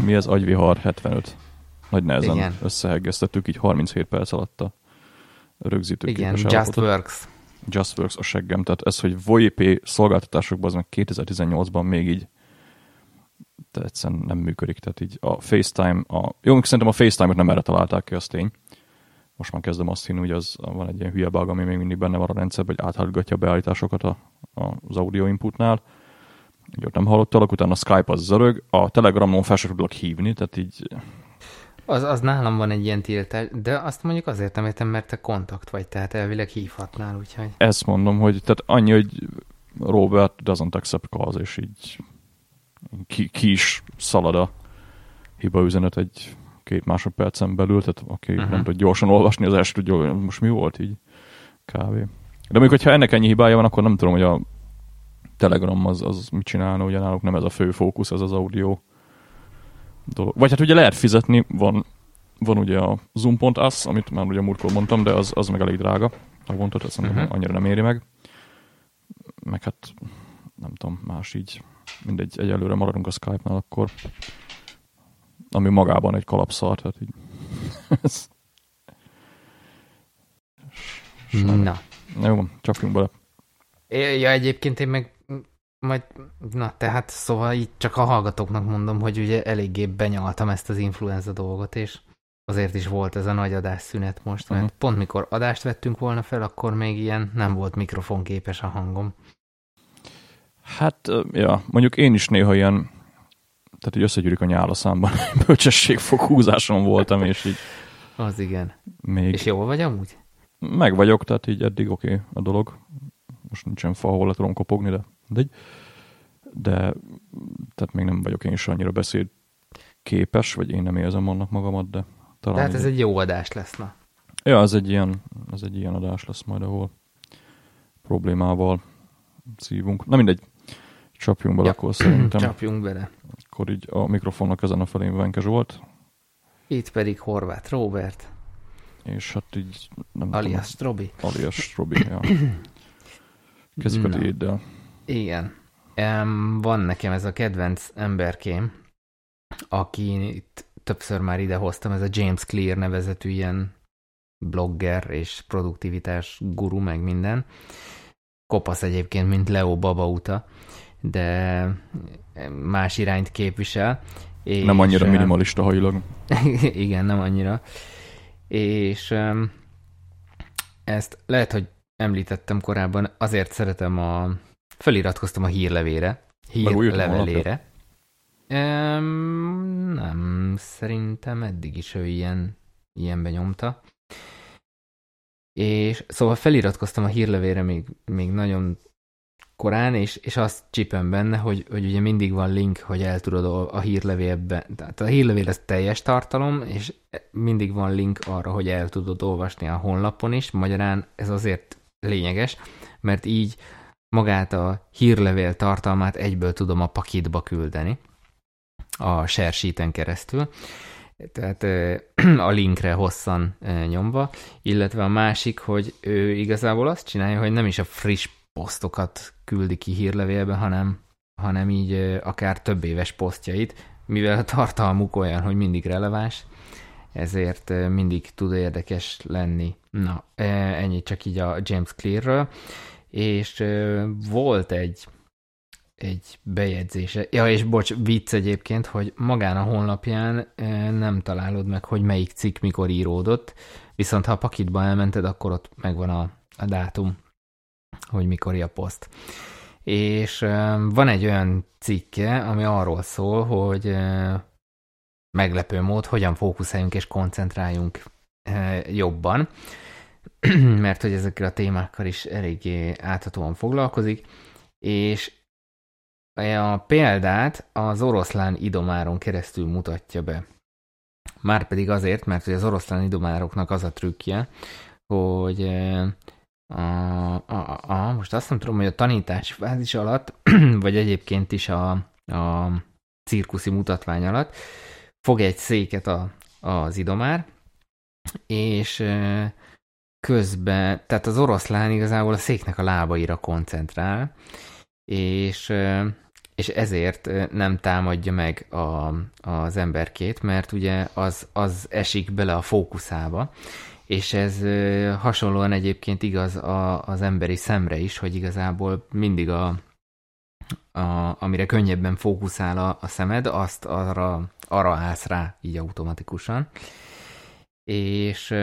mi ez? Agyvihar 75. Nagy nehezen Igen. összeheggeztettük így 37 perc alatt a rögzítőképes Igen, Just Works. Just Works a seggem. Tehát ez, hogy VoIP szolgáltatásokban az meg 2018-ban még így de egyszerűen nem működik. Tehát így a FaceTime, jó, szerintem a FaceTime-ot nem erre találták ki, az tény. Most már kezdem azt hinni, hogy az van egy ilyen hülye bug, ami még mindig benne van a rendszerben, hogy áthallgatja a beállításokat az audio inputnál. Így ott nem hallottalak, utána a Skype az zörög, a Telegramon fel sem tudok hívni, tehát így... Az nálam van egy ilyen tiltás, de azt mondjuk azért nem értem, mert te kontakt vagy, tehát elvileg hívhatnál, úgyhogy... Ezt mondom, hogy tehát annyi, hogy Robert doesn't accept calls, és így ki is szalad a hibaüzenet egy 2 másodpercen belül, tehát aki nem tud gyorsan olvasni, az első tudja, hogy most mi volt így kávé. De mondjuk, hogyha ennek ennyi hibája van, akkor nem tudom, hogy a Telegram az mit csinálna, ugye náluk nem ez a fő fókusz, ez az audio dolog. Vagy hát ugye lehet fizetni, van ugye a Zoom.us, amit már ugye múltkor mondtam, de az meg elég drága. Havonta, tehát szerintem annyira nem éri meg. Meg hát nem tudom, más így. Mindegy, egyelőre maradunk a Skype-nál akkor. Ami magában egy kalapszar, tehát így. Na. Jó, csapjunk bele. Ja, egyébként én meg majd, na tehát szóval így csak a hallgatóknak mondom, hogy ugye eléggé benyaltam ezt az influenza dolgot, és azért is volt ez a nagy adásszünet most, mert pont mikor adást vettünk volna fel, akkor még ilyen nem volt mikrofonképes a hangom. Hát, ja, mondjuk én is néha ilyen, tehát így összegyűrik a nyál a számban, bölcsességfok húzáson voltam, és így... Az igen. Még... És jól vagy amúgy? Meg vagyok, tehát így eddig oké a dolog. Most nincsen fa, ahol le tudom kopogni, de tehát még nem vagyok én is annyira beszédképes, vagy én nem érzem annak magamat, de talán... Tehát ez egy jó adás lesz, na. Ja, ez egy ilyen adás lesz majd, ahol problémával szívunk. Na mindegy, csapjunk bele, akkor szerintem. Csapjunk bele. Akkor így a mikrofonnak ezen a felén Venke Zsolt. Itt pedig Horváth Róbert. És hát így... Alias Strobi. Alias Strobi, ja. Kezdjük a tiéddel. Igen. Van nekem ez a kedvenc emberkém, akit többször már idehoztam, ez a James Clear nevezetű ilyen blogger és produktivitás guru, meg minden. Kopasz egyébként, mint Leo Babauta, de más irányt képvisel. És nem annyira minimalista hajilag. Igen, nem annyira. És ezt lehet, hogy említettem korábban, azért szeretem feliratkoztam a hírlevelére. Nem, szerintem eddig is ő ilyenbe nyomta. És szóval feliratkoztam a hírlevélre még nagyon korán, és azt csipem benne, hogy ugye mindig van link, hogy el tudod a hírlevélben. Tehát a hírlevél ez teljes tartalom, és mindig van link arra, hogy el tudod olvasni a honlapon is. Magyarán ez azért lényeges, mert így magát a hírlevél tartalmát egyből tudom a pakitba küldeni a share sheeten keresztül. Tehát a linkre hosszan nyomva, illetve a másik, hogy ő igazából azt csinálja, hogy nem is a friss posztokat küldi ki hírlevélbe, hanem így akár több éves posztjait, mivel a tartalmuk olyan, hogy mindig releváns, ezért mindig tud érdekes lenni. Na, ennyi csak így a James Clearről, és volt egy bejegyzése. Ja, és bocs, vicc egyébként, hogy magán a honlapján nem találod meg, hogy melyik cikk mikor íródott, viszont ha a pakitba elmented, akkor ott megvan a dátum, hogy mikor a poszt. És van egy olyan cikke, ami arról szól, hogy meglepő mód, hogyan fókuszáljunk és koncentráljunk jobban, mert hogy ezekkel a témákkal is eléggé áthatóan foglalkozik, és a példát az oroszlán idomáron keresztül mutatja be. Márpedig azért, mert hogy az oroszlán idomároknak az a trükkje, hogy most azt nem tudom, hogy a tanítási fázis alatt, vagy egyébként is a cirkuszi mutatvány alatt fog egy széket az idomár, és közben, tehát az oroszlán igazából a széknek a lábaira koncentrál, és és ezért nem támadja meg az emberkét, mert ugye az esik bele a fókuszába, és ez hasonlóan egyébként igaz az emberi szemre is, hogy igazából mindig amire könnyebben fókuszál a szemed, azt arra állsz rá így automatikusan. És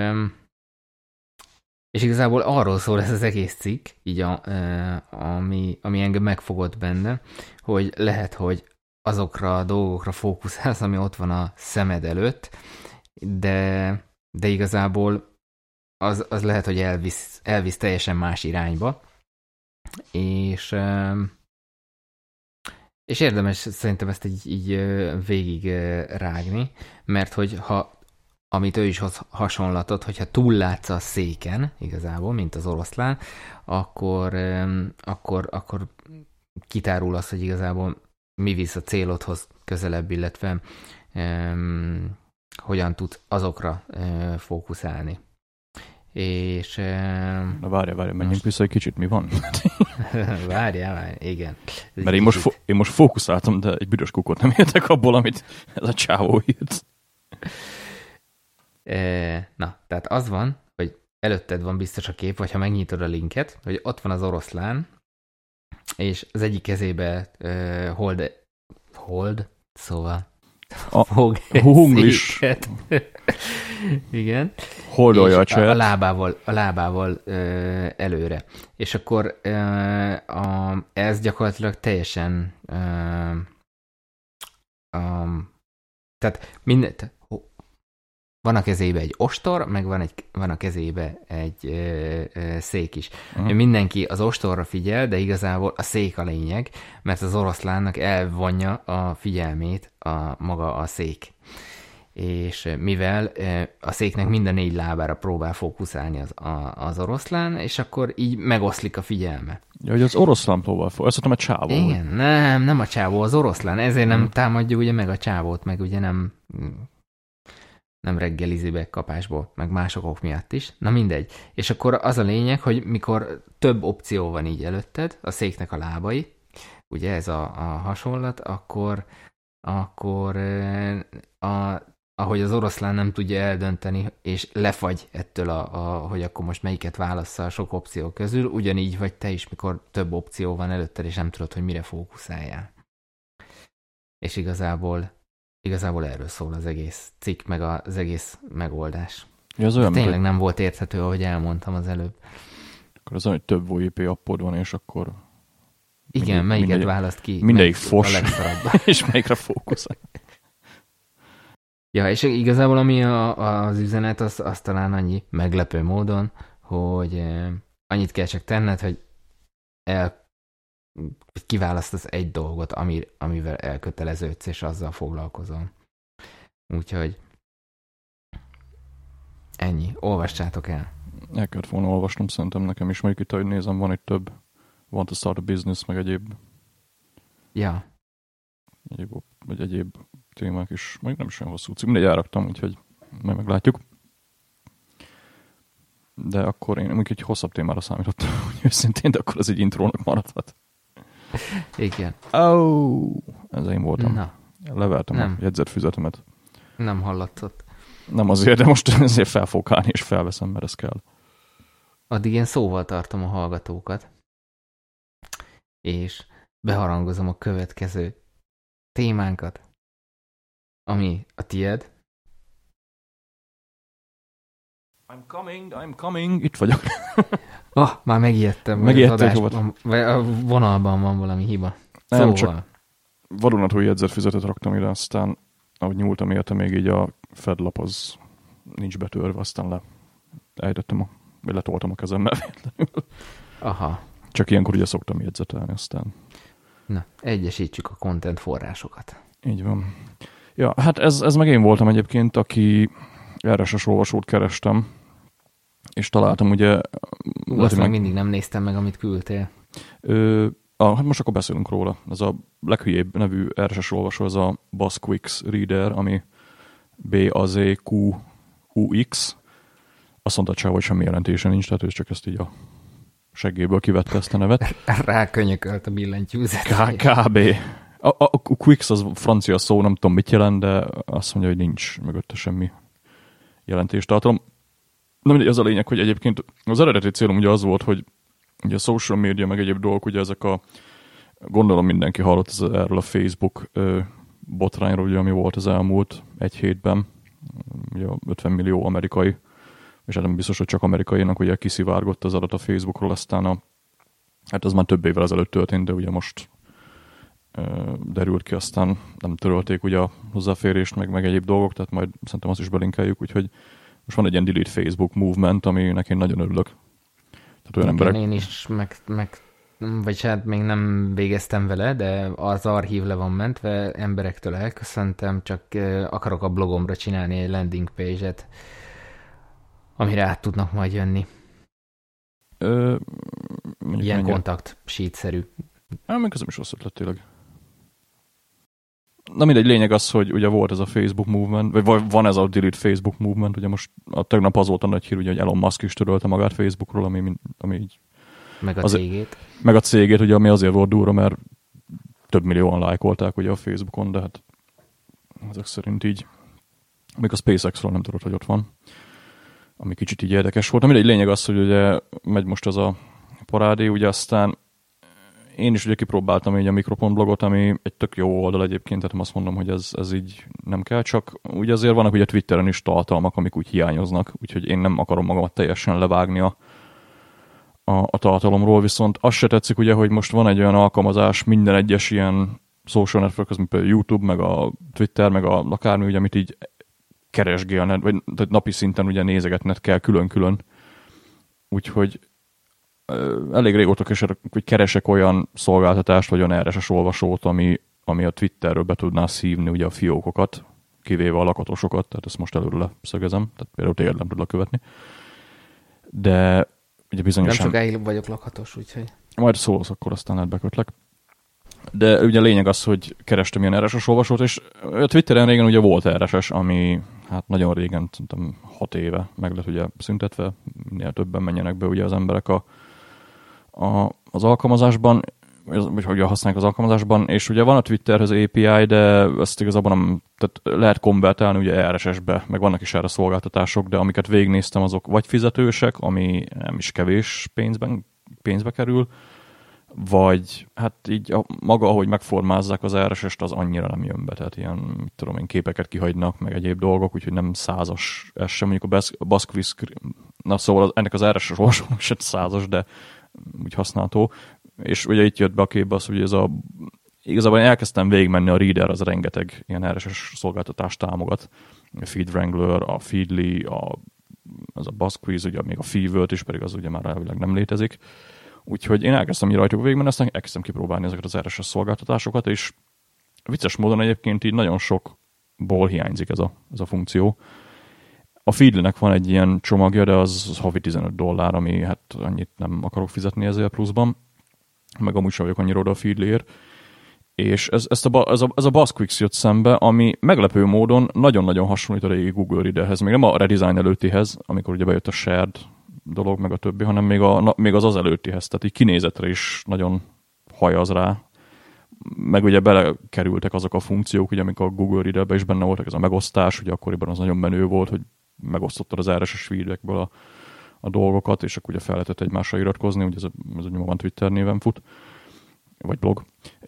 igazából arról szól ez az egész cikk, így ami engem megfogott benne, hogy lehet, hogy azokra a dolgokra fókuszálsz, ami ott van a szemed előtt, de igazából az lehet, hogy elvisz teljesen más irányba, és érdemes szerintem ezt így végig rágni, mert hogy amit ő is hoz hasonlatot, hogyha túllátsz a széken, igazából, mint az oroszlán, akkor kitárul az, hogy igazából mi visz a célodhoz közelebb, illetve hogyan tud azokra fókuszálni. És... Na várjál, menjünk vissza egy kicsit, mi van? Várjál, igen. Mert én most fókuszáltam, de egy büdös kukot nem értek abból, amit ez a csávó írt. Na, tehát az van, hogy előtted van biztos a kép, vagy ha megnyitod a linket, hogy ott van az oroszlán, és az egyik kezébe hold, szóval fog egy széket. Igen. Holdolja a csaját. A lábával előre. És akkor ez gyakorlatilag teljesen tehát mindent van a kezébe egy ostor, meg van a kezébe egy szék is. Mindenki az ostorra figyel, de igazából a szék a lényeg, mert az oroszlánnak elvonja a figyelmét maga a szék. És mivel a széknek mind a 4 lábára próbál fókuszálni az oroszlán, és akkor így megoszlik a figyelme. Ja, hogy az oroszlán próbál fókuszálni, azt a csávó. Igen, nem a csávó, az oroszlán. Ezért nem támadja ugye meg a csávót, meg ugye nem reggelizi be kapásból, meg mások ok miatt is. Na mindegy. És akkor az a lényeg, hogy mikor több opció van így előtted, a széknek a lábai, ugye ez a hasonlat, akkor ahogy az oroszlán nem tudja eldönteni, és lefagy ettől, hogy akkor most melyiket válassza a sok opció közül, ugyanígy vagy te is, mikor több opció van előtted, és nem tudod, hogy mire fókuszáljál. És igazából erről szól az egész cikk, meg az egész megoldás. Ja, az olyan, tényleg nem volt érthető, ahogy elmondtam az előbb. Akkor az olyan, hogy több VoIP appod van, és akkor... Igen, melyiket választ ki? Mindegyik fos, és melyikre fókuszál. Ja, és igazából ami az üzenet, az talán annyi meglepő módon, hogy annyit kell csak tenned, hogy kiválasztasz egy dolgot, amivel elköteleződsz, és azzal foglalkozol. Úgyhogy ennyi. Olvassátok el. El kellett volna olvasnom, szerintem nekem is. Mondjuk itt, ahogy nézem, van egy több Want to Start a Business, meg egyéb. Ja. Egyéb témák is. Mondjuk nem is olyan hosszú cikk. Mindegy, elraktam, úgyhogy majd meglátjuk. De akkor én mondjuk egy hosszabb témára számítottam, hogy őszintén, de akkor az egy intrónak maradhat. Igen. Ez én voltam. Na. Levertem a jegyzetfüzetemet. Nem hallatszott. Nem azért, de most ezért fel fogok állni, és felveszem, mert ez kell. Addig én szóval tartom a hallgatókat, és beharangozom a következő témánkat, ami a tied. I'm coming. Itt vagyok. Már megijedtem. Megijedtem, a vonalban van valami hiba. Nem, szóval. csak vadonatúj jegyzetfüzetet raktam ide, aztán ahogy nyúltam érte, még így a fedlap az nincs betörve, aztán letoltam a kezemmel véletlenül. Aha. Csak ilyenkor ugye szoktam jegyzetelni, aztán. Na, egyesítsük a content forrásokat. Így van. Ja, hát ez meg én voltam egyébként, aki RSS olvasót kerestem, és találtam ugye... Azt meg mindig nem néztem meg, amit küldtél. Hát most akkor beszélünk róla. Ez a leghülyébb nevű RSS olvasó, ez a Busquix Reader, ami BAZQUX. Azt mondta Csá, hogy semmi jelentése nincs, tehát ő csak ezt így a seggéből kivette ezt a nevet. Rákönyökölt a billentyűzet. Kb. A Quix az francia szó, nem tudom mit jelent, de azt mondja, hogy nincs mögötte semmi jelentéstartalom. Na mindegy, az a lényeg, hogy egyébként az eredeti célom ugye az volt, hogy ugye a social media meg egyéb dolgok, ugye ezek gondolom mindenki hallott erről a Facebook botrányról, ugye, ami volt az elmúlt egy hétben, ugye 50 millió amerikai, és hát nem biztos, hogy csak amerikainak ugye kiszivárgott az adat a Facebookról, aztán hát ez már több évvel ezelőtt történt, de ugye most derült ki, aztán nem törölték ugye a hozzáférést, meg egyéb dolgok, tehát majd szerintem azt is belinkeljük, úgyhogy most van egy ilyen delete Facebook movement, aminek én nagyon örülök. Tehát olyan emberek... Én is vagy hát még nem végeztem vele, de az archív le van mentve, emberektől elköszöntem, csak akarok a blogomra csinálni egy landing page-et, amire át tudnak majd jönni. Ilyen kontakt sheet-szerű. Még ez is rossz ötlet tényleg. Na mindegy, lényeg az, hogy ugye volt ez a Facebook movement, vagy van ez a delete Facebook movement, ugye most tegnap az volt a nagy hír, ugye, hogy Elon Musk is törölte magát Facebookról, ami így... Meg a cégét. Meg a cégét, ugye, ami azért volt durva, mert több millióan lájkolták ugye a Facebookon, de hát ezek szerint így, még a SpaceX-ről nem tudod, hogy ott van, ami kicsit így érdekes volt. Mindegy, lényeg az, hogy ugye megy most az a parádé, ugye aztán én is ugye kipróbáltam így a Mikropont blogot, ami egy tök jó oldal egyébként, tehát azt mondom, hogy ez így nem kell, csak ugye azért vannak ugye Twitteren is tartalmak, amik úgy hiányoznak, úgyhogy én nem akarom magamat teljesen levágni a tartalomról, viszont azt se tetszik ugye, hogy most van egy olyan alkalmazás minden egyes ilyen social network, mint például YouTube, meg a Twitter, meg akármi, ugye, amit így keresgélned, vagy napi szinten ugye nézegetned kell külön-külön. Úgyhogy elég régóta keresek olyan szolgáltatást, vagy olyan RSS olvasót, ami a Twitterről be tudná szívni ugye a fiókokat, kivéve a lakatosokat, tehát ezt most előre szögezem, tehát például téged nem tudlak követni. De ugye bizonyosan... Nem sokáig vagyok lakatos, úgyhogy... Majd szólsz, akkor aztán lehet bekötlek. De ugye a lényeg az, hogy kerestem ilyen RSS olvasót, és a Twitteren régen ugye volt RSS, ami hát nagyon régen, szerintem 6 éve meg lett ugye szüntetve, minél többen menjenek be ugye az emberek az alkalmazásban, vagy hogy használják az alkalmazásban, és ugye van a Twitterhez API, de ezt igazából nem, tehát lehet konvertálni ugye RSS-be, meg vannak is erre szolgáltatások, de amiket végignéztem, azok vagy fizetősek, ami nem is kevés pénzbe kerül, vagy hát így maga, ahogy megformázzák az RSS-t, az annyira nem jön be, tehát ilyen, mit tudom én, képeket kihagynak, meg egyéb dolgok, úgyhogy nem százas ez sem, mondjuk a BuzzQuiz, na szóval ennek az RSS olvasónak sem százas, de úgy használható, és ugye itt jött be a képbe az, hogy igazából én elkezdtem végigmenni a Reader, az rengeteg ilyen RSS szolgáltatást támogat, a Feed Wrangler, a Feedly, az a BuzzQuiz, ugye még a Feedword is, pedig az ugye már elvileg nem létezik. Úgyhogy én elkezdtem így rajtuk végigmenni, aztán elkezdtem kipróbálni ezeket az RSS szolgáltatásokat, és vicces módon egyébként így nagyon sokból hiányzik ez a funkció. A Feedly-nek van egy ilyen csomagja, de az havi $15, ami hát annyit nem akarok fizetni ezért pluszban, meg amúgy sem vagyok annyira oda a Feedly-ért. És ez a BuzzQuiz jött szembe, ami meglepő módon nagyon-nagyon hasonlít a régi Google Readerhez, még nem a redesign előttihez, amikor ugye bejött a shared dolog, meg a többi, hanem még az előttihez, tehát így kinézetre is nagyon hajaz rá. Meg ugye belekerültek azok a funkciók, ugye, amik a Google Readerben is benne voltak, ez a megosztás, ugye akkoriban az nagyon menő volt, hogy megosztottad az RSS feedekből a dolgokat, és akkor ugye fel lehetett egymásra iratkozni, ugye ez nyomban Twitter néven fut, vagy blog.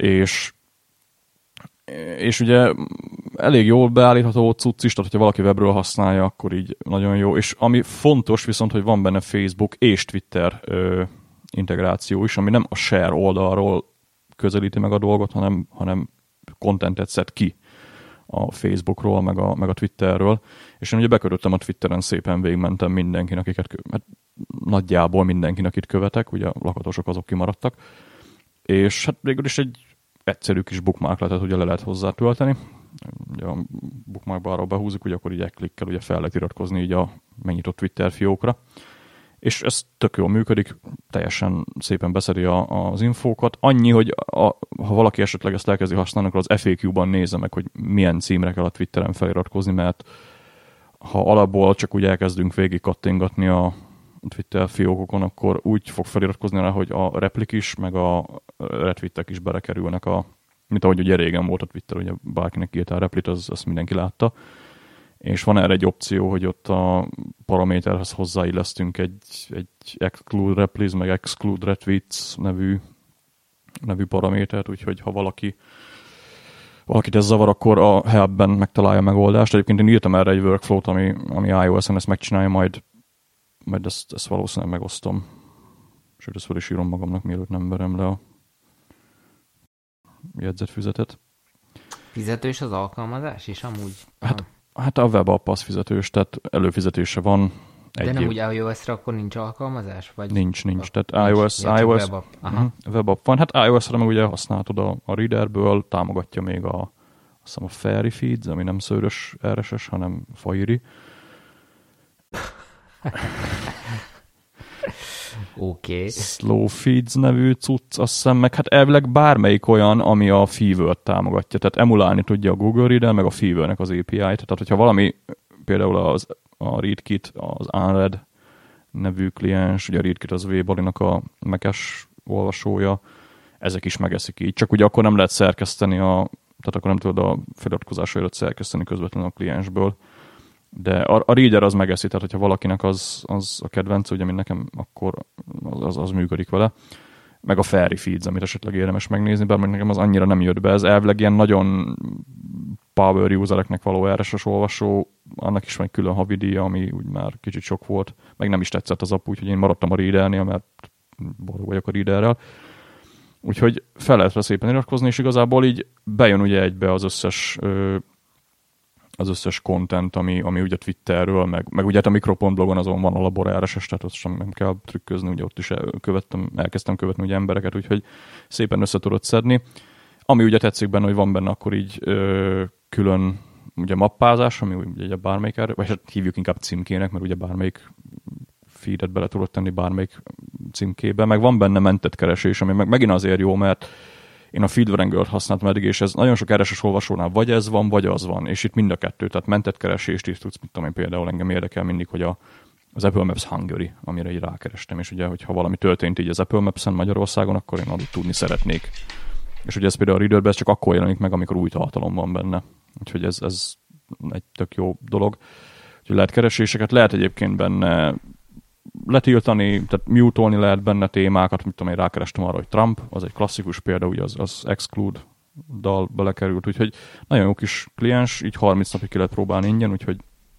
És ugye elég jól beállítható cucc is, tehát hogyha valaki webről használja, akkor így nagyon jó. És ami fontos viszont, hogy van benne Facebook és Twitter integráció is, ami nem a share oldalról közelíti meg a dolgot, hanem contentet szed ki a Facebookról, meg a Twitterről. És én ugye bekötöttem a Twitteren, szépen végigmentem mindenkinek, hát nagyjából mindenkinek itt követek, ugye a lakatosok azok kimaradtak. És hát végül is egy egyszerű kis bookmark lehetett, ugye le lehet hozzá tölteni. Ugye a bookmarkba arra behúzik, ugye akkor így egy klikkel ugye fel lehet iratkozni így a megnyitott Twitter fiókra. És ez tök jól működik, teljesen szépen beszedi az infókat. Annyi, hogy ha valaki esetleg ezt elkezdi használni, akkor az FAQ-ban nézze meg, hogy milyen címre kell a Twitteren feliratkozni, mert ha alapból csak úgy elkezdünk végig kattingatni a Twitter fiókokon, akkor úgy fog feliratkozni rá, hogy a replik is, meg a retweetek is belekerülnek a mint ahogy ugye régen volt a Twitter, ugye bárkinek írtál replit, azt mindenki látta. És van erre egy opció, hogy ott a paraméterhez hozzáillesztünk egy exclude replies, meg exclude retweets nevű paramétert, úgyhogy ha valakit ez zavar, akkor a helpben megtalálja a megoldást. Egyébként én írtam erre egy workflow-t, ami iOS-en ezt megcsinálja, majd ezt valószínűleg megosztom. Sőt, ezt fel is írom magamnak, mielőtt nem verem le a jegyzetfüzetet. Fizetős az alkalmazás is amúgy? Hát a WebApp az fizetős, tehát előfizetése van. De nem úgy iOS-ra akkor nincs alkalmazás? Vagy nincs. Tehát iOS WebApp van. Hát iOS-ra meg ugye használhatod a Readerből, támogatja még azt hiszem a Fairy Feeds, ami nem szőrös RSS, hanem Fairy. Oké. Slow Feeds nevű cucc, azt hiszem, meg hát elvileg bármelyik olyan, ami a Fever-t támogatja. Tehát emulálni tudja a Google Reader, meg a Fever-nek az API-t. Tehát, hogyha valami, például a ReadKit, az Unread nevű kliens, ugye a ReadKit az Webalinak a Mac-es olvasója, ezek is megeszik így. Csak ugye akkor nem lehet szerkeszteni tehát akkor nem tudod a feliratkozásra előtt szerkeszteni közvetlenül a kliensből. De a Reader az megeszi, tehát hogyha valakinek az a kedvenc, ugye, mint nekem, akkor az működik vele. Meg a Fairy Feeds, amit esetleg érdemes megnézni, bár nekem az annyira nem jött be. Ez elvileg ilyen nagyon power usereknek való RSS olvasó, annak is van egy külön havidíja, ami úgy már kicsit sok volt, meg nem is tetszett az app, úgyhogy én maradtam a Readernél, mert boldog vagyok a Readerrel. Úgyhogy fel lehet rá szépen iratkozni, és igazából így bejön ugye egybe az összes content, ami ugye Twitterről, meg ugye a Micropont blogon azon van a Labor RSS, tehát ott sem nem kell trükközni, ugye ott is elkezdtem követni ugye embereket, úgyhogy szépen össze tudod szedni. Ami ugye tetszik benne, hogy van benne akkor így külön ugye mappázás, ami ugye bármelyik, vagy hát hívjuk inkább címkének, mert ugye bármelyik feedet bele tudod tenni bármelyik címkébe, meg van benne mentett keresés, ami megint azért jó, mert én a Feed Wrangler-t használtam eddig, és ez nagyon sok RSS olvasónál vagy ez van, vagy az van, és itt mind a kettő, tehát mentett keresést is tudsz, mit tudom én, például engem érdekel mindig, hogy az Apple Maps Hungary, amire így rákerestem, és ugye, hogyha valami történt így az Apple Maps-en Magyarországon, akkor én addig tudni szeretnék. És ugye ez például a Readerben ez csak akkor jelenik meg, amikor új tartalom van benne. Úgyhogy ez egy tök jó dolog. Úgyhogy lehet kereséseket, lehet egyébként benne letiltani, tehát mute-olni lehet benne témákat, mit tudom én, rákerestem arra, hogy Trump, az egy klasszikus példa, ugye az exclude dal belekerült, úgyhogy nagyon jó kis kliens, így 30 napig ki lehet próbálni ingyen, úgyhogy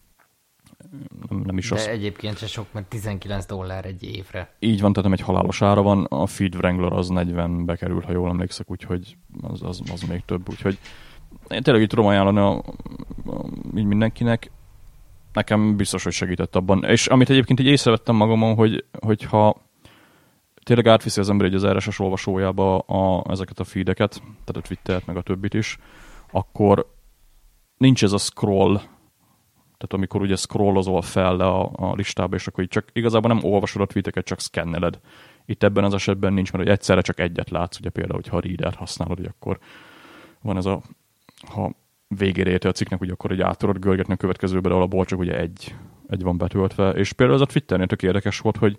nem is de az. De egyébként se sok, mert $19 egy évre. Így van, tehát nem egy halálos ára van, a Feed Wrangler az 40-be kerül, ha jól emlékszek, úgyhogy az még több, úgyhogy én tényleg így tudom ajánlani így mindenkinek. Nekem biztos, hogy segített abban. És amit egyébként így észrevettem magamon, hogyha tényleg átviszi az ember az RSS olvasójába ezeket a feedeket, tehát a Twittert, meg a többit is, akkor nincs ez a scroll, tehát amikor ugye scrollozol fel le a listába, és akkor így csak igazából nem olvasod a tweeteket, csak szkenneled. Itt ebben az esetben nincs, mert egyszerre csak egyet látsz, ugye például, hogyha a Reader használod, hogy akkor van ez ha végére érte a cikknek, hogy akkor egy át tudod görgetni a következőbe, de alapból csak ugye egy van betöltve. És például ez a Twitternél tök érdekes volt, hogy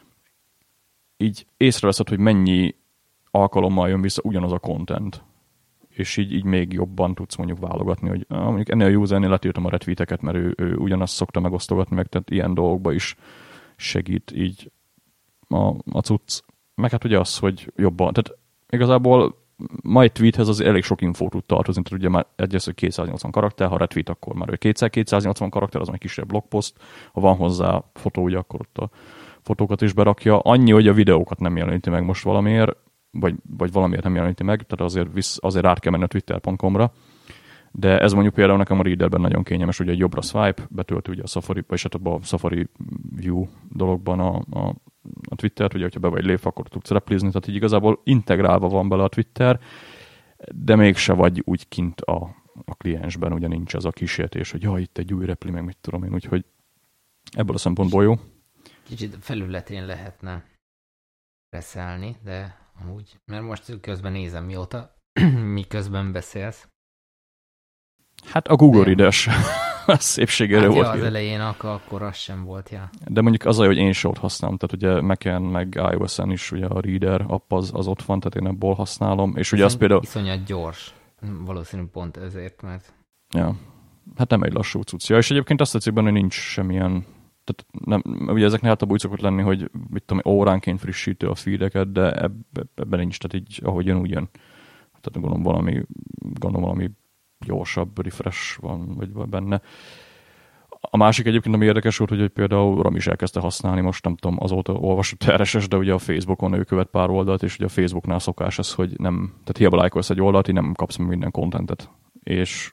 így észreveszed, hogy mennyi alkalommal jön vissza ugyanaz a content. És így még jobban tudsz mondjuk válogatni, hogy mondjuk ennél a usernél letiltom a retweeteket, mert ő ugyanazt szokta megosztogatni meg, tehát ilyen dolgokba is segít így a cucc. Meg hát ugye az, hogy jobban, tehát igazából mai tweethez az elég sok infót tud tartozni, tehát ugye már egyrészt, hogy 280 karakter, ha retweet, akkor már 280 karakter, az meg kisebb blogpost, ha van hozzá fotó, ugye akkor ott a fotókat is berakja. Annyi, hogy a videókat nem jeleníti meg most valamiért, vagy valamiért nem jeleníti meg, tehát azért át kell menni a twitter.com-ra. De ez mondjuk például nekem a Readerben nagyon kényelmes, ugye egy jobbra swipe, betölti ugye a Safari, vagy hát a Safari View dologban a Twittert, ugye, hogyha be vagy lépve, akkor tudsz replizni, tehát így igazából integrálva van bele a Twitter, de mégse vagy úgy kint a kliensben, ugye nincs ez a kísértés, hogy jaj, itt egy új repli, meg mit tudom én, úgyhogy ebből a szempontból jó. Kicsit felületén lehetne beszélni, de amúgy, mert most közben nézem miközben beszélsz. Hát a Google Reader szépségére volt. Az elején akkor az sem volt, ja. De mondjuk az, hogy én se ott használom, tehát ugye Mac-en meg iOS-en is ugye a Reader app az ott van, tehát én abból használom, és ugye az például... Iszonyat gyors, valószínűleg pont ezért, mert... Ja, hát nem egy lassú cuccja, és egyébként azt tetszik benne, hogy nincs semmilyen... Tehát nem, ugye ezeknél általában úgy szokott lenni, hogy mit tudom, óránként frissítő a feedeket, de ebben nincs, tehát így ahogy jön, úgy jön. Tehát gondolom valami gyorsabb refresh van vagy benne. A másik egyébként, ami érdekes volt, hogy például Ram is elkezdte használni, most nem tudom, azóta olvasott RSS, de ugye a Facebookon ő követ pár oldalt, és ugye a Facebooknál szokás ez, hogy nem, tehát hiába lájkolsz egy oldalt, így nem kapsz meg minden contentet. És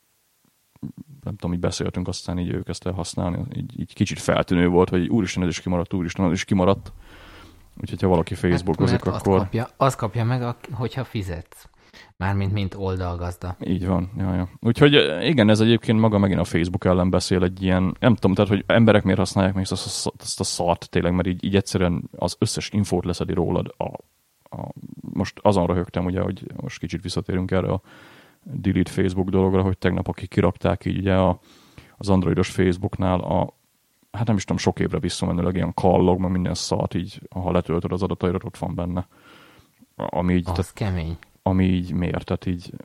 nem tudom, így beszéltünk, aztán így ő kezdte használni, így kicsit feltűnő volt, hogy úristen, ez is kimaradt. Úgyhogy ha valaki Facebookozik, hát, akkor... Azt kapja meg, hogyha fizetsz. Mármint, mint oldalgazda. Így van, ja. Úgyhogy igen, ez egyébként maga megint a Facebook ellen beszél egy ilyen, nem tudom, tehát, hogy emberek miért használják még ezt a szart tényleg, mert így egyszerűen az összes infót leszedi rólad. Most azon röhögtem, ugye, hogy most kicsit visszatérünk erre a delete Facebook dologra, hogy tegnap akik kirakták így ugye az androidos Facebooknál hát nem is tudom, sok évre visszamenőleg ilyen kallog, meg minden szart így, ha letöltöd az adatairat, ott van benne. Ami így, kemény. Ami így miért, tehát így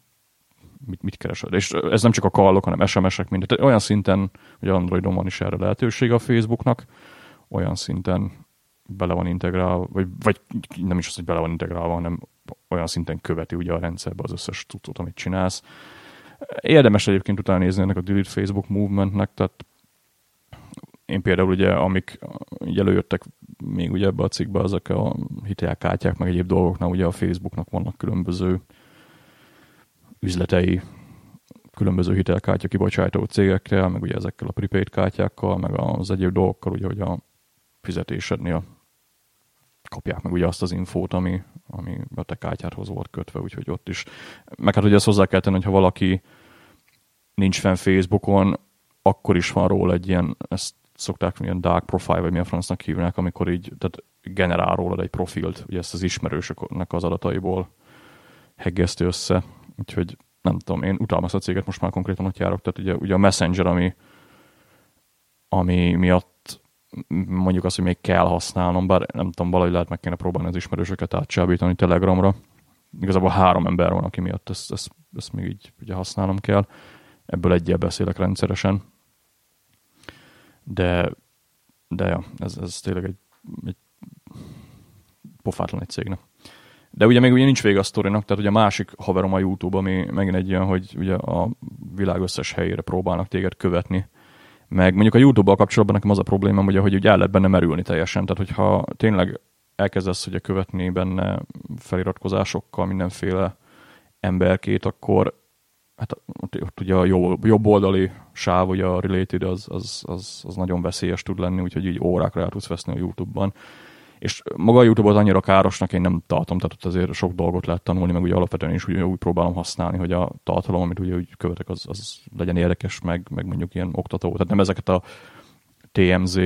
mit keresed. És ez nem csak a callok, hanem SMS-ek, mindent. Olyan szinten, hogy Androidon van is erre lehetősége a Facebooknak, olyan szinten bele van integrálva, vagy nem is az, hogy bele van integrálva, hanem olyan szinten követi ugye a rendszerbe az összes cuccot, amit csinálsz. Érdemes egyébként utána nézni ennek a Delete Facebook Movementnek, tehát én például ugye, amik előjöttek még ugye ebbe a cikkbe, azok a hitelkártyák, meg egyéb dolgoknál ugye a Facebooknak vannak különböző üzletei, különböző hitelkártya kibocsátó cégekkel, meg ugye ezekkel a prepaid kártyákkal, meg az egyéb dolgokkal, ugye, hogy a fizetésednél kapják meg ugye azt az infót, ami a te kártyádhoz volt kötve, úgyhogy ott is. Meg hát ugye ezt hozzá kell tenni, hogy ha valaki nincs fenn Facebookon, akkor is van róla egy ilyen, ezt szokták milyen dark profile, vagy milyen francnak hívnák, amikor így, tehát generál rólad egy profilt, ugye ezt az ismerősöknek az adataiból heggeszti össze. Úgyhogy nem tudom, én utálom ezt a céget, most már konkrétan ott járok, tehát ugye a Messenger, ami miatt mondjuk azt, hogy még kell használnom, bár nem tudom, valahogy lehet meg kéne próbálni az ismerősöket átcsábítani Telegramra. Igazából 3 ember van, aki miatt ezt még így ugye használnom kell. Ebből egyel beszélek rendszeresen. De ja, ez tényleg egy pofátlan egy cégnek. De ugye még ugye nincs vége a sztorinak, tehát ugye a másik haverom a YouTube, ami megint egy olyan, hogy ugye a világ összes helyére próbálnak téged követni. Meg mondjuk a YouTube-bal kapcsolatban nekem az a problémám, ugye, hogy el lehet benne merülni teljesen. Tehát hogyha tényleg elkezdesz ugye követni benne feliratkozásokkal mindenféle emberkét, akkor hát ott ugye a jobb oldali sáv, ugye a related, az nagyon veszélyes tud lenni, úgyhogy így órákra el tudsz veszni a YouTube-ban. És maga a YouTube-ot annyira károsnak én nem tartom, tehát ott azért sok dolgot lehet tanulni, meg ugye alapvetően is úgy próbálom használni, hogy a tartalom, amit ugye úgy követek, az legyen érdekes, meg mondjuk ilyen oktató. Tehát nem ezeket a TMZ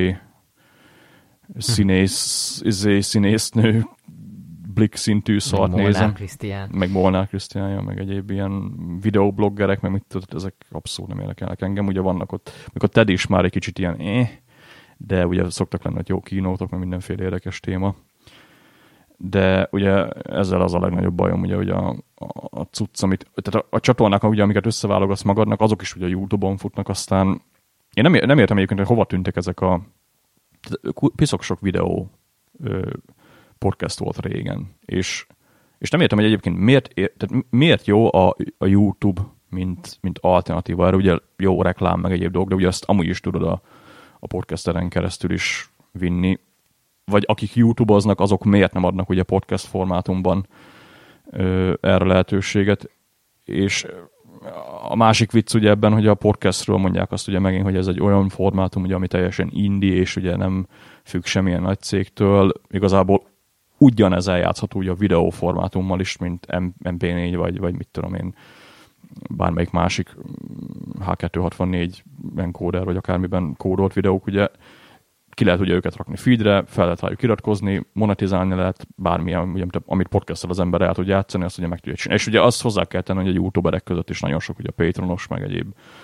színésznő Blick szintű szart nézem. Meg Molnár Krisztián, meg egyéb ilyen videobloggerek, meg mit tudod, ezek abszolút nem érdekelnek engem. Ugye vannak ott, mikor TED is már egy kicsit ilyen de ugye szoktak lenni, hogy jó kínótok, meg mindenféle érdekes téma. De ugye ezzel az a legnagyobb bajom, ugye, hogy a cucc, tehát a csatornák, ugye, amiket összeválogatsz magadnak, azok is ugye a YouTube-on futnak, aztán én nem értem egyébként, hogy hova tűntek ezek piszok sok videó podcast volt régen. És nem értem, hogy egyébként miért jó a YouTube, mint alternatíva. Erre ugye jó reklám, meg egyéb dolgok, de ugye azt amúgy is tudod a podcasteren keresztül is vinni. Vagy akik YouTube-oznak, azok miért nem adnak ugye podcast formátumban erre lehetőséget. És a másik vicc ugye ebben, hogy a podcastről mondják azt ugye megint, hogy ez egy olyan formátum, ugye, ami teljesen indie, és ugye nem függ semmilyen nagy cégtől. Igazából ugyanez eljátszható ugye a videó formátummal is, mint MP4, vagy mit tudom én, bármelyik másik H264 encode vagy akármiben kódolt videók, ugye ki lehet ugye őket rakni feedre, fel lehet rájuk iratkozni, monetizálni lehet, bármilyen, ugye, amit podcasttal az ember el tud játszani, azt ugye meg tudja csinálni. És ugye azt hozzá kell tenni, hogy a youtuberek között is nagyon sok ugye a Patronos, meg egyéb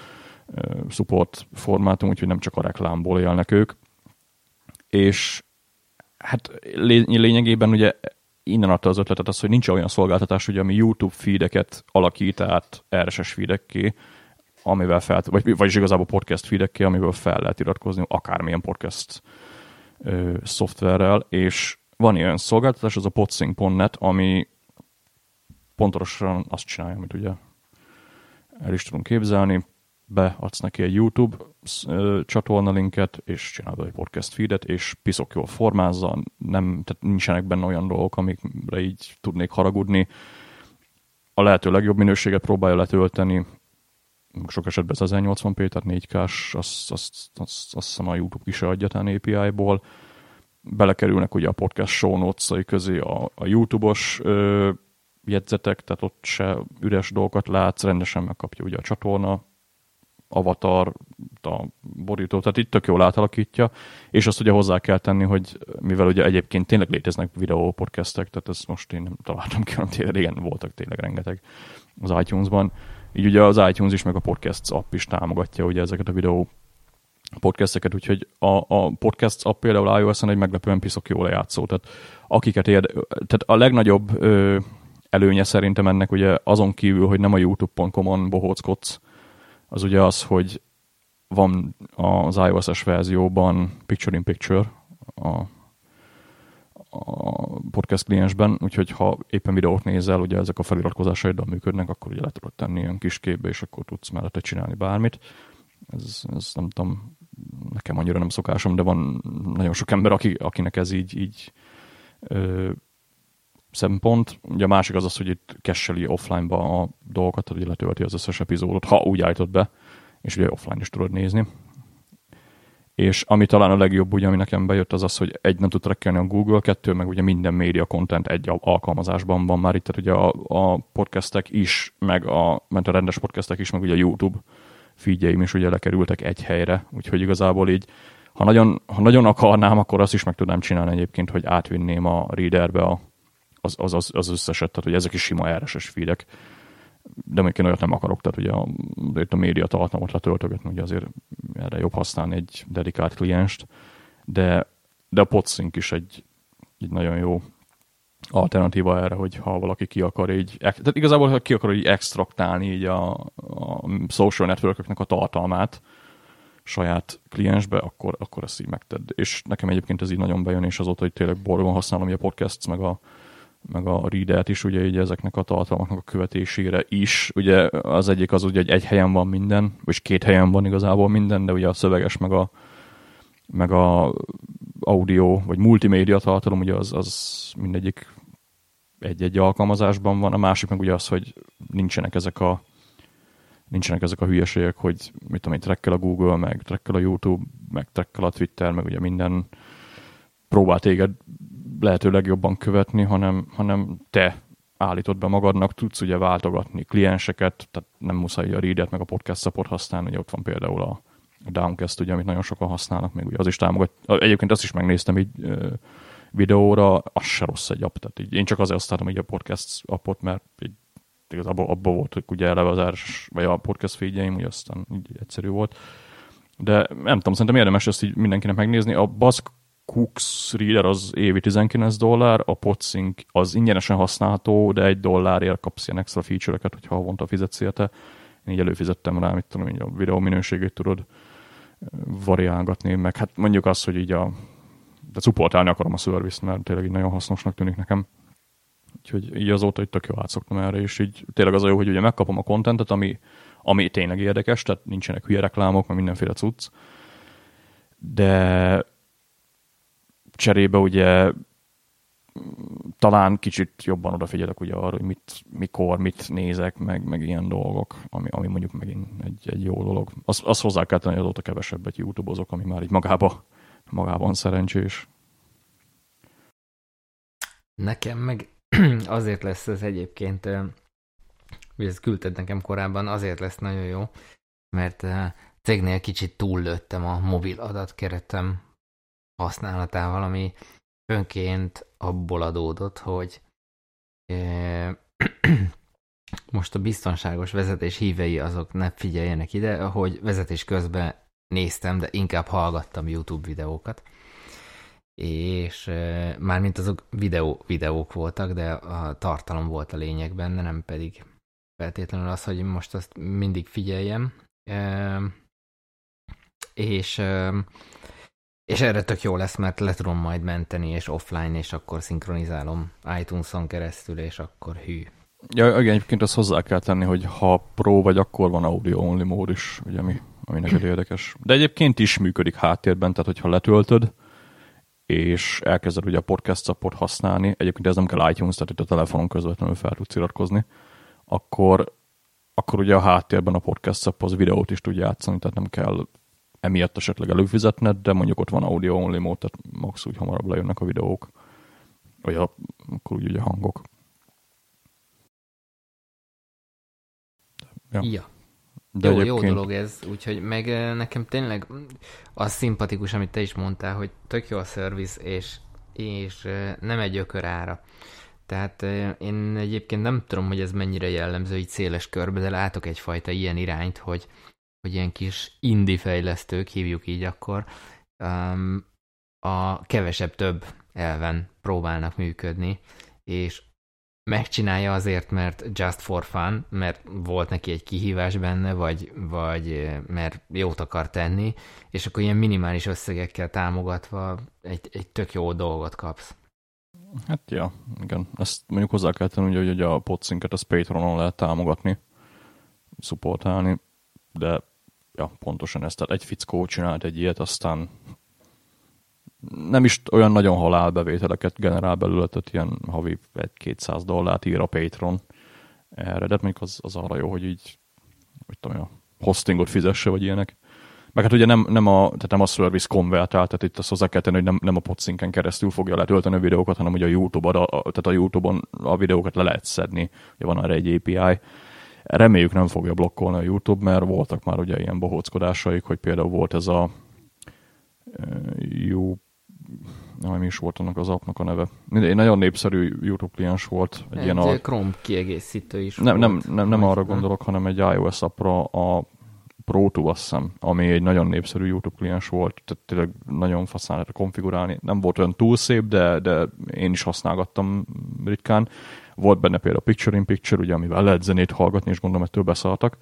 support formátum, úgyhogy nem csak a reklámból élnek ők. És hát lényegében ugye innen adta az ötletet az, hogy nincs olyan szolgáltatás, ugye, ami YouTube feedeket alakít át RSS feedekké, amivel vagyis igazából podcast feedekké, amivel fel lehet iratkozni akármilyen podcast szoftverrel, és van ilyen szolgáltatás, az a podsync.net, ami pontosan azt csinálja, amit ugye el is tudunk képzelni, beadsz neki egy YouTube csatorna linket, és csinálod egy podcast feedet, és piszok jól formázza, tehát nincsenek benne olyan dolgok, amikre így tudnék haragudni. A lehető legjobb minőséget próbálja letölteni, sok esetben ez 1080p, tehát 4K-s, azt hiszem a YouTube is adja talán API-ból. Belekerülnek ugye a podcast show notes-ai közé a YouTube-os jegyzetek, tehát ott se üres dolgokat látsz, rendesen megkapja ugye a csatorna, avatar, a borító, tehát itt tök jól átalakítja, és azt ugye hozzá kell tenni, hogy mivel ugye egyébként tényleg léteznek videó podcastek, tehát ezt most én nem találtam ki, hanem tényleg régen voltak tényleg rengeteg az iTunes-ban, így ugye az iTunes is, meg a Podcasts app is támogatja ugye ezeket a videó podcasteket, úgyhogy a Podcasts app például iOS-en egy meglepően piszok jól lejátszó, tehát akiket tehát a legnagyobb előnye szerintem ennek ugye azon kívül, hogy nem a youtube.com-on bohóckodsz, az ugye az, hogy van az iOS-es verzióban Picture-in-Picture a podcast kliensben, úgyhogy ha éppen videót nézel, ugye ezek a feliratkozásaiddal működnek, akkor ugye le tudod tenni ilyen kis képbe, és akkor tudsz mellette csinálni bármit. Ez nem tudom, nekem annyira nem szokásom, de van nagyon sok ember, akinek ez így szempont. Ugye a másik az, hogy itt cache-eli offline-ba a dolgokat, hogy letölti az összes epizódot, ha úgy állítod be, és ugye offline is tudod nézni. És ami talán a legjobb, ugye, ami nekem bejött, az, hogy egy, nem tud trackelni a Google, kettő, meg ugye minden média content egy alkalmazásban van már itt, tehát ugye a podcastek is, meg a rendes podcastek is, meg ugye a YouTube feedjeim is ugye lekerültek egy helyre, úgyhogy igazából így, ha nagyon akarnám, akkor azt is meg tudnám csinálni egyébként, hogy átvinném a readerbe az összeset, tehát hogy ezek is sima RSS feedek, de még én olyat nem akarok, tehát ugye itt a média tartalmat letöltögetni, ugye azért erre jobb használni egy dedikált klienst, de a Podsync is egy nagyon jó alternatíva erre, hogy ha valaki ki akar így, tehát igazából ha ki akar így extraktálni így a social networköknek a tartalmát saját kliensbe, akkor ezt így megtedd. És nekem egyébként ez így nagyon bejön, és azóta, hogy tényleg boldogan használom a podcasts, meg a reader-t is, ugye így ezeknek a tartalmaknak a követésére is. Ugye az egyik az ugye, hogy egy helyen van minden, vagy két helyen van igazából minden, de ugye a szöveges, meg a audio, vagy multimédia tartalom, ugye az mindegyik egy alkalmazásban van. A másik meg ugye az, hogy nincsenek ezek a hülyeségek, hogy mit tudom én, trekkel a Google, meg trekkel a YouTube, meg trekkel a Twitter, meg ugye minden próbál téged lehető legjobban követni, hanem te állítod be magadnak, tudsz ugye váltogatni klienseket, tehát nem muszáj a Reader-t meg a podcast support használni, ugye ott van például a Downcast, ugye, amit nagyon sokan használnak, még ugye az is támogat. Egyébként azt is megnéztem így videóra, az se rossz egy app, tehát így, én csak azért használtam így a podcast appot, mert így igazából abban volt, hogy ugye eleve az RSS, vagy a podcast feedjeim, ugye aztán így egyszerű volt. De nem tudom, szerintem érdemes ezt így mindenkinek megnézni. A Buzzcooks Reader az évi $19, a Podsync az ingyenesen használható, de $1 kapsz ilyen extra feature-eket, hogyha havonta fizetsz érte. Én így előfizettem rá, mit tudom, így a videó minőségét tudod variálgatni, meg hát mondjuk azt, hogy így de supportálni akarom a service-t, mert tényleg így nagyon hasznosnak tűnik nekem. Úgyhogy így azóta így tök jó átszoktam erre, és így tényleg az a jó, hogy ugye megkapom a contentet, ami tényleg érdekes, tehát nincsenek hülye reklámok, meg mindenféle cucc, de cserébe ugye talán kicsit jobban odafigyelek ugye arra, hogy mikor, mit nézek, meg ilyen dolgok, ami mondjuk megint egy jó dolog. Azt hozzá kell tenni, hogy azóta kevesebbet YouTube-ozok, ami már így magában szerencsés. Nekem meg azért lesz ez egyébként, hogy ezt küldted nekem korábban, azért lesz nagyon jó, mert cégnél kicsit túllőttem a mobil adatkeretem használatával, ami önként abból adódott, hogy most a biztonságos vezetés hívei azok ne figyeljenek ide, hogy vezetés közben néztem, de inkább hallgattam YouTube videókat. És mármint azok videók voltak, de a tartalom volt a lényeg benne, nem pedig feltétlenül az, hogy most azt mindig figyeljem. És erre tök jó lesz, mert le tudom majd menteni, és offline, és akkor szinkronizálom iTunes-on keresztül, és akkor hű. Ja, igen, egyébként azt hozzá kell tenni, hogy ha Pro vagy, akkor van audio only mód is, ugye, ami neked érdekes. De egyébként is működik háttérben, tehát hogyha letöltöd, és elkezded ugye a podcast appot használni, egyébként ez nem kell iTunes, tehát itt a telefonon közvetlenül fel tudsz iratkozni, akkor ugye a háttérben a podcast app az videót is tud játszani, tehát nem kell emiatt esetleg előfizetned, de mondjuk ott van audio only mód, tehát max úgy hamarabb lejönnek a videók, vagy akkor úgy ugye hangok. Ja. De jó dolog ez, úgyhogy meg nekem tényleg az szimpatikus, amit te is mondtál, hogy tök jó a szerviz, és nem egy ökörára. Tehát én egyébként nem tudom, hogy ez mennyire jellemző így széles körbe, de látok egyfajta ilyen irányt, hogy ilyen kis indie fejlesztők, hívjuk így akkor, a kevesebb több elven próbálnak működni, és megcsinálja azért, mert just for fun, mert volt neki egy kihívás benne, vagy mert jót akar tenni, és akkor ilyen minimális összegekkel támogatva egy tök jó dolgot kapsz. Hát ja, igen. Ezt mondjuk hozzá kell tenni, hogy a Podsync-et a Patreonon lehet támogatni, szupportálni, de ja, pontosan ezt. Tehát egy fickó csinált egy ilyet, aztán nem is olyan nagyon halálbevételeket generál belőle, tehát ilyen havi $200 ír a Patreon erre, de mondjuk az arra jó, hogy így, hogy tudom, a hostingot fizesse, vagy ilyenek. Meg hát ugye nem a service konvertál, tehát itt azt hozzá kell tenni, hogy nem a Podsync-en keresztül fogja letölteni a videókat, hanem ugye a YouTube-on a videókat le lehet szedni, ugye van erre egy API. Reméljük nem fogja blokkolni a YouTube, mert voltak már ugye ilyen bohóckodásaik, hogy például volt ez a nem is volt annak az appnak a neve. Egy nagyon népszerű YouTube kliens volt. Egy Chrome kiegészítő is nem arra gondolok, hanem egy iOS appra, a Pro2, azt hiszem, ami egy nagyon népszerű YouTube kliens volt. Tehát tényleg nagyon faszán lehet konfigurálni. Nem volt olyan túl szép, de én is használgattam ritkán. Volt benne például a Picture-in-Picture, ugye, amivel lehet zenét hallgatni, és gondolom, ettől beszálltak.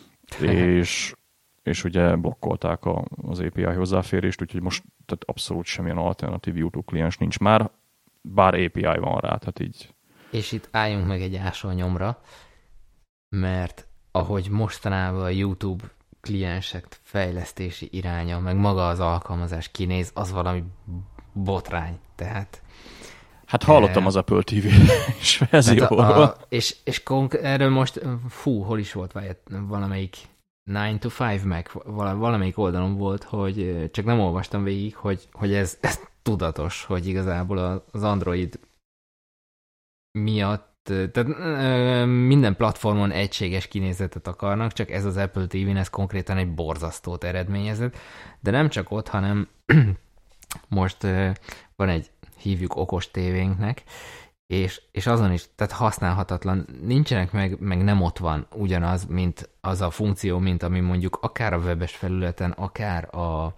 és ugye blokkolták az API hozzáférést, úgyhogy most tehát abszolút semmilyen alternatív YouTube kliens nincs már, bár API van rá, tehát így. És itt álljunk meg egy ásónyomra, mert ahogy mostanában a YouTube kliensek fejlesztési iránya, meg maga az alkalmazás kinéz, az valami botrány, tehát. Hát hallottam az Apple TV és verzióról. És erről most, hol is volt valamelyik 9 to 5 meg valamelyik oldalon volt, hogy csak nem olvastam végig, hogy ez tudatos, hogy igazából az Android miatt, tehát minden platformon egységes kinézetet akarnak, csak ez az Apple TV-n ez konkrétan egy borzasztót eredményezett, de nem csak ott, hanem most van egy, hívjuk okos tévénknek, és azon is, tehát használhatatlan, nincsenek meg nem ott van ugyanaz, mint az a funkció, mint ami mondjuk akár a webes felületen, akár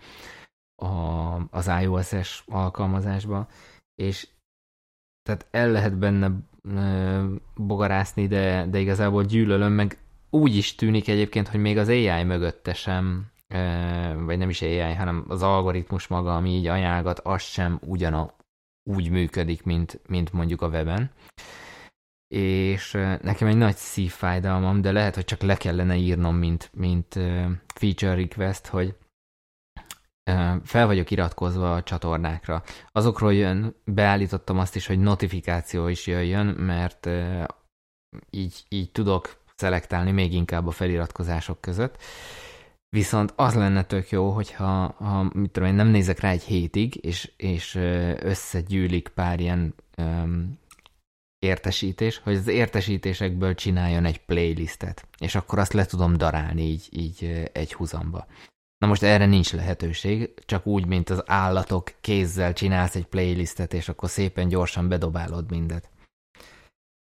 az iOS-es alkalmazásban, és tehát el lehet benne bogarászni, de igazából gyűlölöm, meg úgy is tűnik egyébként, hogy még az AI mögötte sem, vagy nem is AI, hanem az algoritmus maga, ami így ajánlgat, az sem úgy működik, mint mondjuk a weben. És nekem egy nagy szívfájdalmam, de lehet, hogy csak le kellene írnom, mint feature request, hogy fel vagyok iratkozva a csatornákra. Azokról beállítottam azt is, hogy notifikáció is jöjjön, mert így tudok szelektálni még inkább a feliratkozások között. Viszont az lenne tök jó, hogyha mit tudom én, nem nézek rá egy hétig, és összegyűlik pár ilyen értesítés, hogy az értesítésekből csináljon egy playlistet, és akkor azt le tudom darálni így egy húzamba. Na most erre nincs lehetőség, csak úgy, mint az állatok, kézzel csinálsz egy playlistet, és akkor szépen gyorsan bedobálod mindet.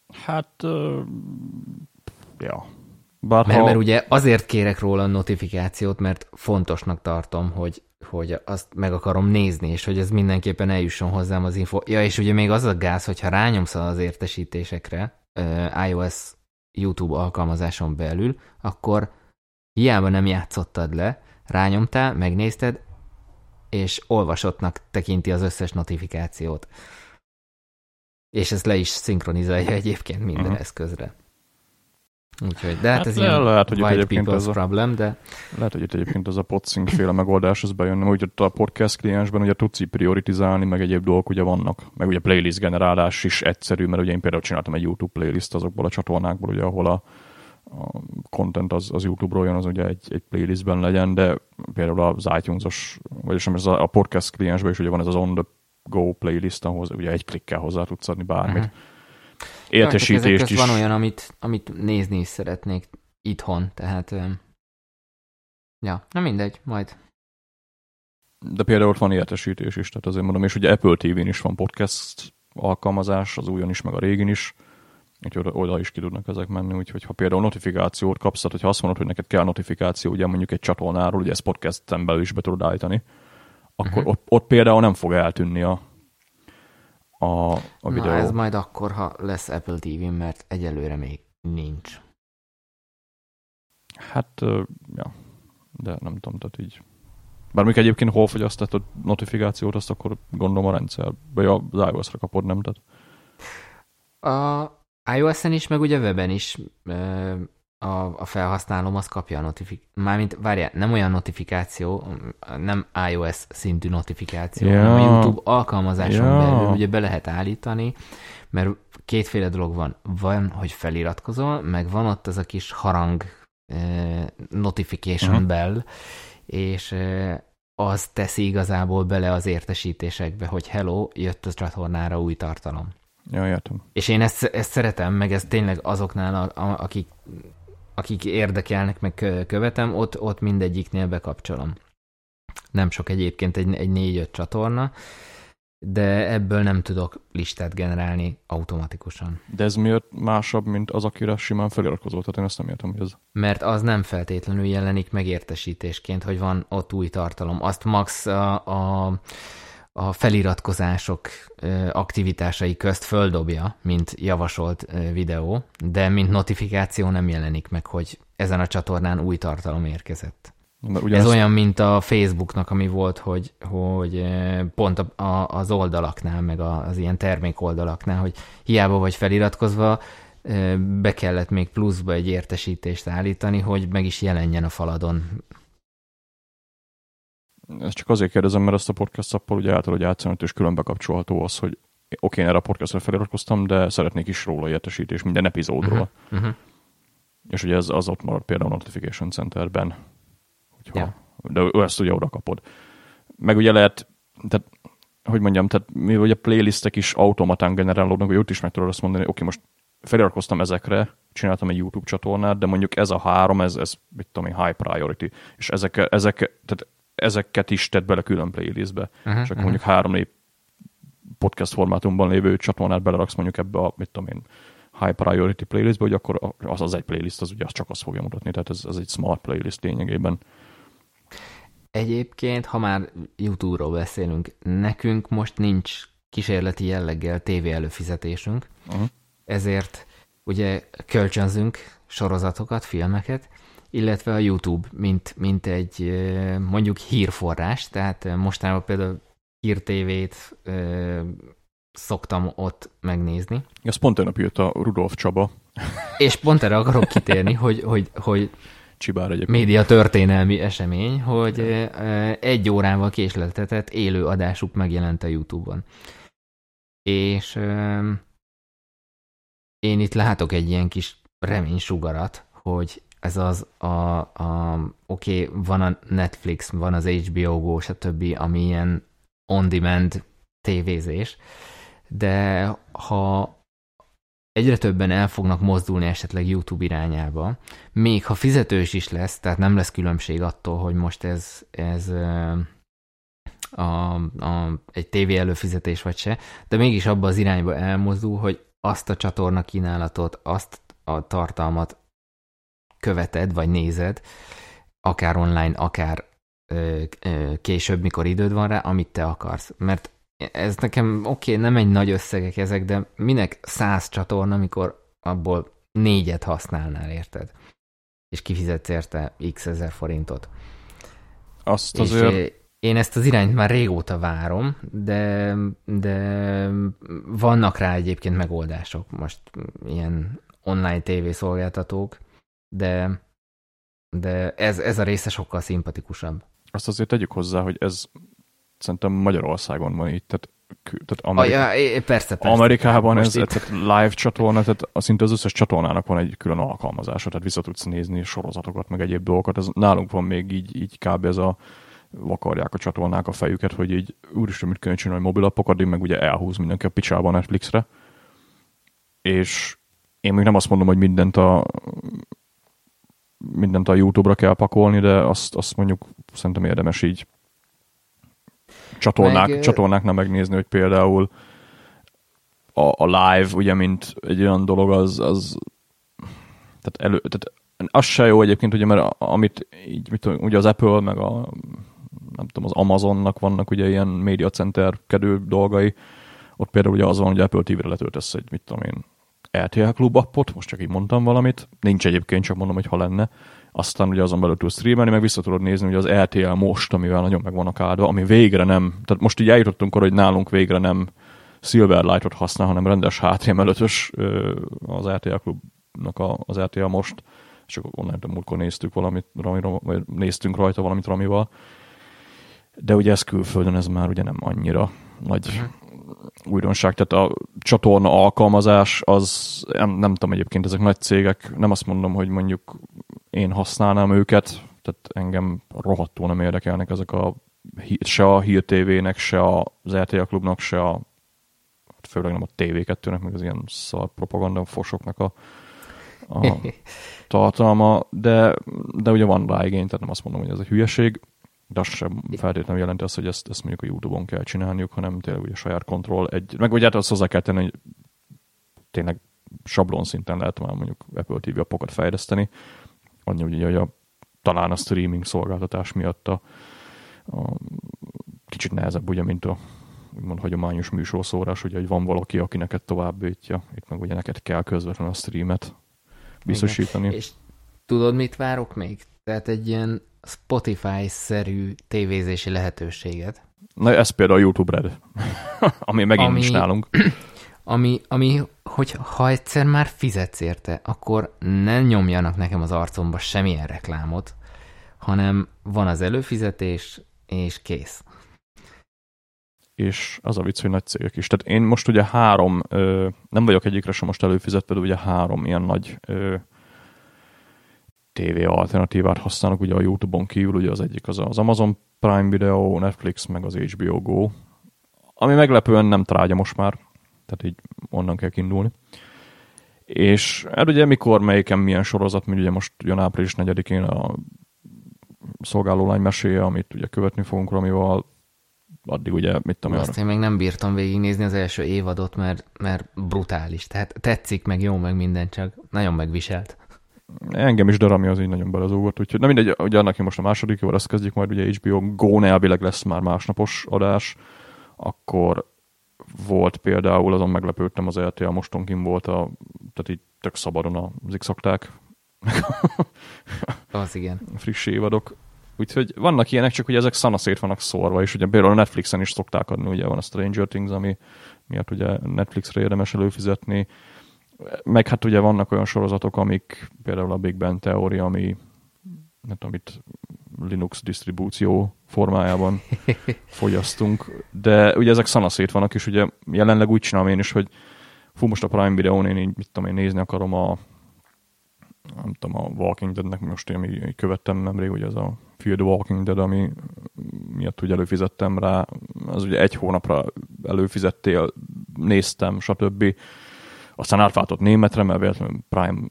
Hát, ja. Mert ugye azért kérek róla a notifikációt, mert fontosnak tartom, hogy azt meg akarom nézni, és hogy ez mindenképpen eljusson hozzám az info. Ja, és ugye még az a gáz, hogyha rányomsz az értesítésekre iOS YouTube alkalmazáson belül, akkor hiába nem játszottad le, rányomtál, megnézted, és olvasottnak tekinti az összes notifikációt. És ez le is szinkronizálja egyébként minden eszközre. Úgyhogy, de hát ez ilyen lehet, hogy white people's problem, de... Lehet, hogy itt egyébként az a PodSync féle megoldás, az bejönne, hogy ott a podcast kliensben ugye tudsz így prioritizálni, meg egyéb dolgok ugye vannak, meg ugye playlist generálás is egyszerű, mert ugye én például csináltam egy YouTube playlist azokból a csatornákból, ugye, ahol a content az YouTube-ról jön, az ugye egy playlistben legyen, de például az iTunes-os, vagyis a podcast kliensben is ugye van ez az on the go playlist, ahhoz ugye egy klikkel hozzá tudsz adni bármit. Értesítést is. Van olyan, amit nézni is szeretnék itthon, tehát ja, na mindegy, majd. De például ott van értesítés is, tehát azért mondom, és ugye Apple TV-n is van podcast alkalmazás, az újon is, meg a régin is, úgyhogy oda is ki tudnak ezek menni, úgyhogy ha például notifikációt kapsz, tehát hogyha azt mondod, hogy neked kell notifikáció, ugye mondjuk egy csatornáról, ugye ezt podcasten belül is be tudod állítani, akkor ott például nem fog eltűnni a videó. Na, ez majd akkor, ha lesz Apple TV-n, mert egyelőre még nincs. Hát, ja, de nem tudom, tehát így. Bár még egyébként hol fogyasztett a notifikációt, azt akkor gondolom a rendszer, vagy az iOS-ra kapod, nem? Tehát... A iOS-en is, meg ugye weben is a felhasználóm az kapja a notifikációt. Mármint, várjál, nem olyan notifikáció, nem iOS szintű notifikáció, hanem a YouTube alkalmazáson belül ugye be lehet állítani, mert kétféle dolog van. Van, hogy feliratkozol, meg van ott az a kis harang notification bell, és az teszi igazából bele az értesítésekbe, hogy hello, jött a csatornára új tartalom. Ja, értem. És én ezt szeretem, meg ez tényleg azoknál, akik érdekelnek, meg követem, ott mindegyiknél bekapcsolom. Nem sok egyébként, egy 4-5 csatorna, de ebből nem tudok listát generálni automatikusan. De ez miért másabb, mint az, akire simán feliratkozol? Tehát én ezt nem értem, hogy ez... Mert az nem feltétlenül jelenik meg értesítésként, hogy van ott új tartalom. Azt max a feliratkozások aktivitásai közt földobja, mint javasolt videó, de mint notifikáció nem jelenik meg, hogy ezen a csatornán új tartalom érkezett. Ez olyan, mint a Facebooknak, ami volt, hogy pont az oldalaknál, meg az ilyen termékoldalaknál, hogy hiába vagy feliratkozva, be kellett még pluszba egy értesítést állítani, hogy meg is jelenjen a faladon. Ezt csak azért kérdezem, mert ezt a podcast app-al ugye el tudod játszani, és külön bekapcsolható az, hogy oké, erre a podcastra feliratkoztam, de szeretnék is róla értesítés minden epizódról. És ugye ez az ott marad például a Notification Centerben. De ezt ugye oda kapod. Meg ugye lehet, tehát, hogy mondjam, tehát mi ugye a playlistek is automatán generálódnak, vagy ott is meg tudod azt mondani, hogy oké, most feliratkoztam ezekre, csináltam egy YouTube csatornát, de mondjuk ez a 3, ez mit tudom én, high priority. És ezeket is tett bele külön playlistbe. És akkor mondjuk 3-4 podcast formátumban lévő csatornát beleraksz mondjuk ebbe a, mit tudom én, high priority playlistbe, hogy akkor az egy playlist, az ugye az csak azt fogja mutatni, tehát ez egy smart playlist lényegében. Egyébként, ha már YouTube-ról beszélünk, nekünk most nincs kísérleti jelleggel tévé előfizetésünk, ezért ugye kölcsönzünk sorozatokat, filmeket, illetve a YouTube, mint egy mondjuk hírforrás, tehát mostanában például hírtévét szoktam ott megnézni. Ez pont tegnap jött a Rudolf Csaba. És pont erre akarok kitérni, hogy média történelmi esemény, hogy 1 órával késleltetett élő adásuk megjelent a YouTube-on. És én itt látok egy ilyen kis reménysugarat, hogy ez az oké, van a Netflix, van az HBO Go, stb., ami ilyen on-demand tévézés, de ha egyre többen el fognak mozdulni esetleg YouTube irányába, még ha fizetős is lesz, tehát nem lesz különbség attól, hogy most ez egy tévé előfizetés vagy se, de mégis abba az irányba elmozdul, hogy azt a csatorna kínálatot, azt a tartalmat követed, vagy nézed, akár online, akár később, mikor időd van rá, amit te akarsz. Mert ez nekem nem egy nagy összegek ezek, de minek 100 csatorna, amikor abból 4-et használnál, érted? És kifizetsz érte x ezer forintot. Azt azért... És én ezt az irányt már régóta várom, de vannak rá egyébként megoldások, most ilyen online tévészolgáltatók, de ez a része sokkal szimpatikusabb. Azt azért tegyük hozzá, hogy ez szerintem Magyarországon van így, tehát persze. Amerikában ez tehát live csatorna, tehát szinte az összes csatornának van egy külön alkalmazása, tehát vissza tudsz nézni sorozatokat, meg egyéb dolgokat. Ez nálunk van még így kb. Ez a vakarják a csatornák a fejüket, hogy így úristen, mit kell csinálni mobilappok, addig meg ugye elhúz mindenki a picsába a Netflixre. És én még nem azt mondom, hogy mindent a YouTube-ra kell pakolni, de azt mondjuk szerintem érdemes így csatornáknál megnézni, hogy például a live, ugye, mint egy olyan dolog, az tehát az se jó egyébként, ugye, mert amit így, ugye az Apple, meg nem tudom, az Amazonnak vannak ugye ilyen média centerkedő dolgai, ott például ugye az van, hogy Apple TV-re letöltesz egy, mit tudom én, RTL Klub appot, most csak így mondtam valamit, nincs egyébként, csak mondom, hogy ha lenne, aztán ugye azon belül tudsz streamelni, meg vissza tudod nézni, hogy az RTL Most, amivel nagyon meg vannak áldva, ami végre nem, tehát most így eljutottunk arra, hogy nálunk végre nem Silverlight-ot használ, hanem rendes HTML5-ös az RTL Klubnak az RTL Most, és akkor onnan múltkor néztünk valamit, vagy néztünk rajta valamit Ramival, de ugye ez külföldön, ez már ugye nem annyira nagy újdonság, tehát a csatorna alkalmazás, az nem tudom egyébként, ezek nagy cégek, nem azt mondom, hogy mondjuk én használnám őket, tehát engem rohadtul nem érdekelnek ezek se a Hír TV-nek, se az RTL Klubnak, se főleg nem a TV2-nek, meg az ilyen szar propaganda fosoknak a tartalma, de ugye van rá igény, tehát nem azt mondom, hogy ez egy hülyeség, de az sem feltétlenül jelenti azt, hogy ezt mondjuk a YouTube-on kell csinálniuk, hanem tényleg ugye saját kontroll meg ugye azt hozzá kell tenni, hogy tényleg sablon szinten lehet már mondjuk Apple TV appokat fejleszteni, annyi ugye, hogy talán a streaming szolgáltatás miatt a kicsit nehezebb, ugye, mint a úgymond hagyományos műsorszórás, ugye, hogy van valaki, aki neked továbbítja, itt meg ugye neked kell közvetlenül a streamet biztosítani. Igen. És tudod, mit várok még? Tehát egy ilyen Spotify-szerű tévézési lehetőséget. Na, ez például a YouTube Red, ami megint nincs nálunk. Ami, hogy ha egyszer már fizetsz érte, akkor ne nyomjanak nekem az arcomba semmilyen reklámot, hanem van az előfizetés, és kész. És az a vicc, hogy nagy cégek is. Tehát én most ugye 3, nem vagyok egyikre sem most előfizetve, de ugye 3 ilyen nagy TV alternatívát használok, ugye a YouTube-on kívül, ugye az egyik az Amazon Prime Video, Netflix, meg az HBO Go, ami meglepően nem trágya most már, tehát így onnan kell kiindulni. És hát ugye mikor melyiken milyen sorozat, mint ugye most jön április 4-én a Szolgálólány meséje, amit ugye követni fogunk Ramival, addig ugye, mit tudom. Azt én még nem bírtam végignézni az első évadot, mert brutális. Tehát tetszik, meg jó, meg minden, csak nagyon megviselt. Engem is, de Rami az így nagyon belezúgott, úgyhogy na mindegy, ugye annak most a második évad, azt kezdjük majd, ugye HBO Go-n elvileg lesz már másnapos adás, akkor volt például, azon meglepődtem, az RTL Mostonkin volt, tehát így tök szabadon zigzagták. Az igen. Friss évadok. Úgyhogy vannak ilyenek, csak ugye ezek szanaszét vannak szórva, és ugye például a Netflixen is szokták adni, ugye van a Stranger Things, ami miatt ugye Netflixre érdemes előfizetni. Meg hát ugye vannak olyan sorozatok, amik például a Big Bang Theory, amit Linux disztribúció formájában fogyasztunk, de ugye ezek szanaszét vannak, és ugye jelenleg úgy csinálom én is, hogy most a Prime Video-n én így, mit tudom én, nézni akarom a Walking Deadnek, most én követtem nemrég, ugye ez a Fear the Walking Dead, ami miatt ugye előfizettem rá, az ugye 1 hónapra előfizettél, néztem, stb. Aztán átváltott németre, mert véletlenül Prime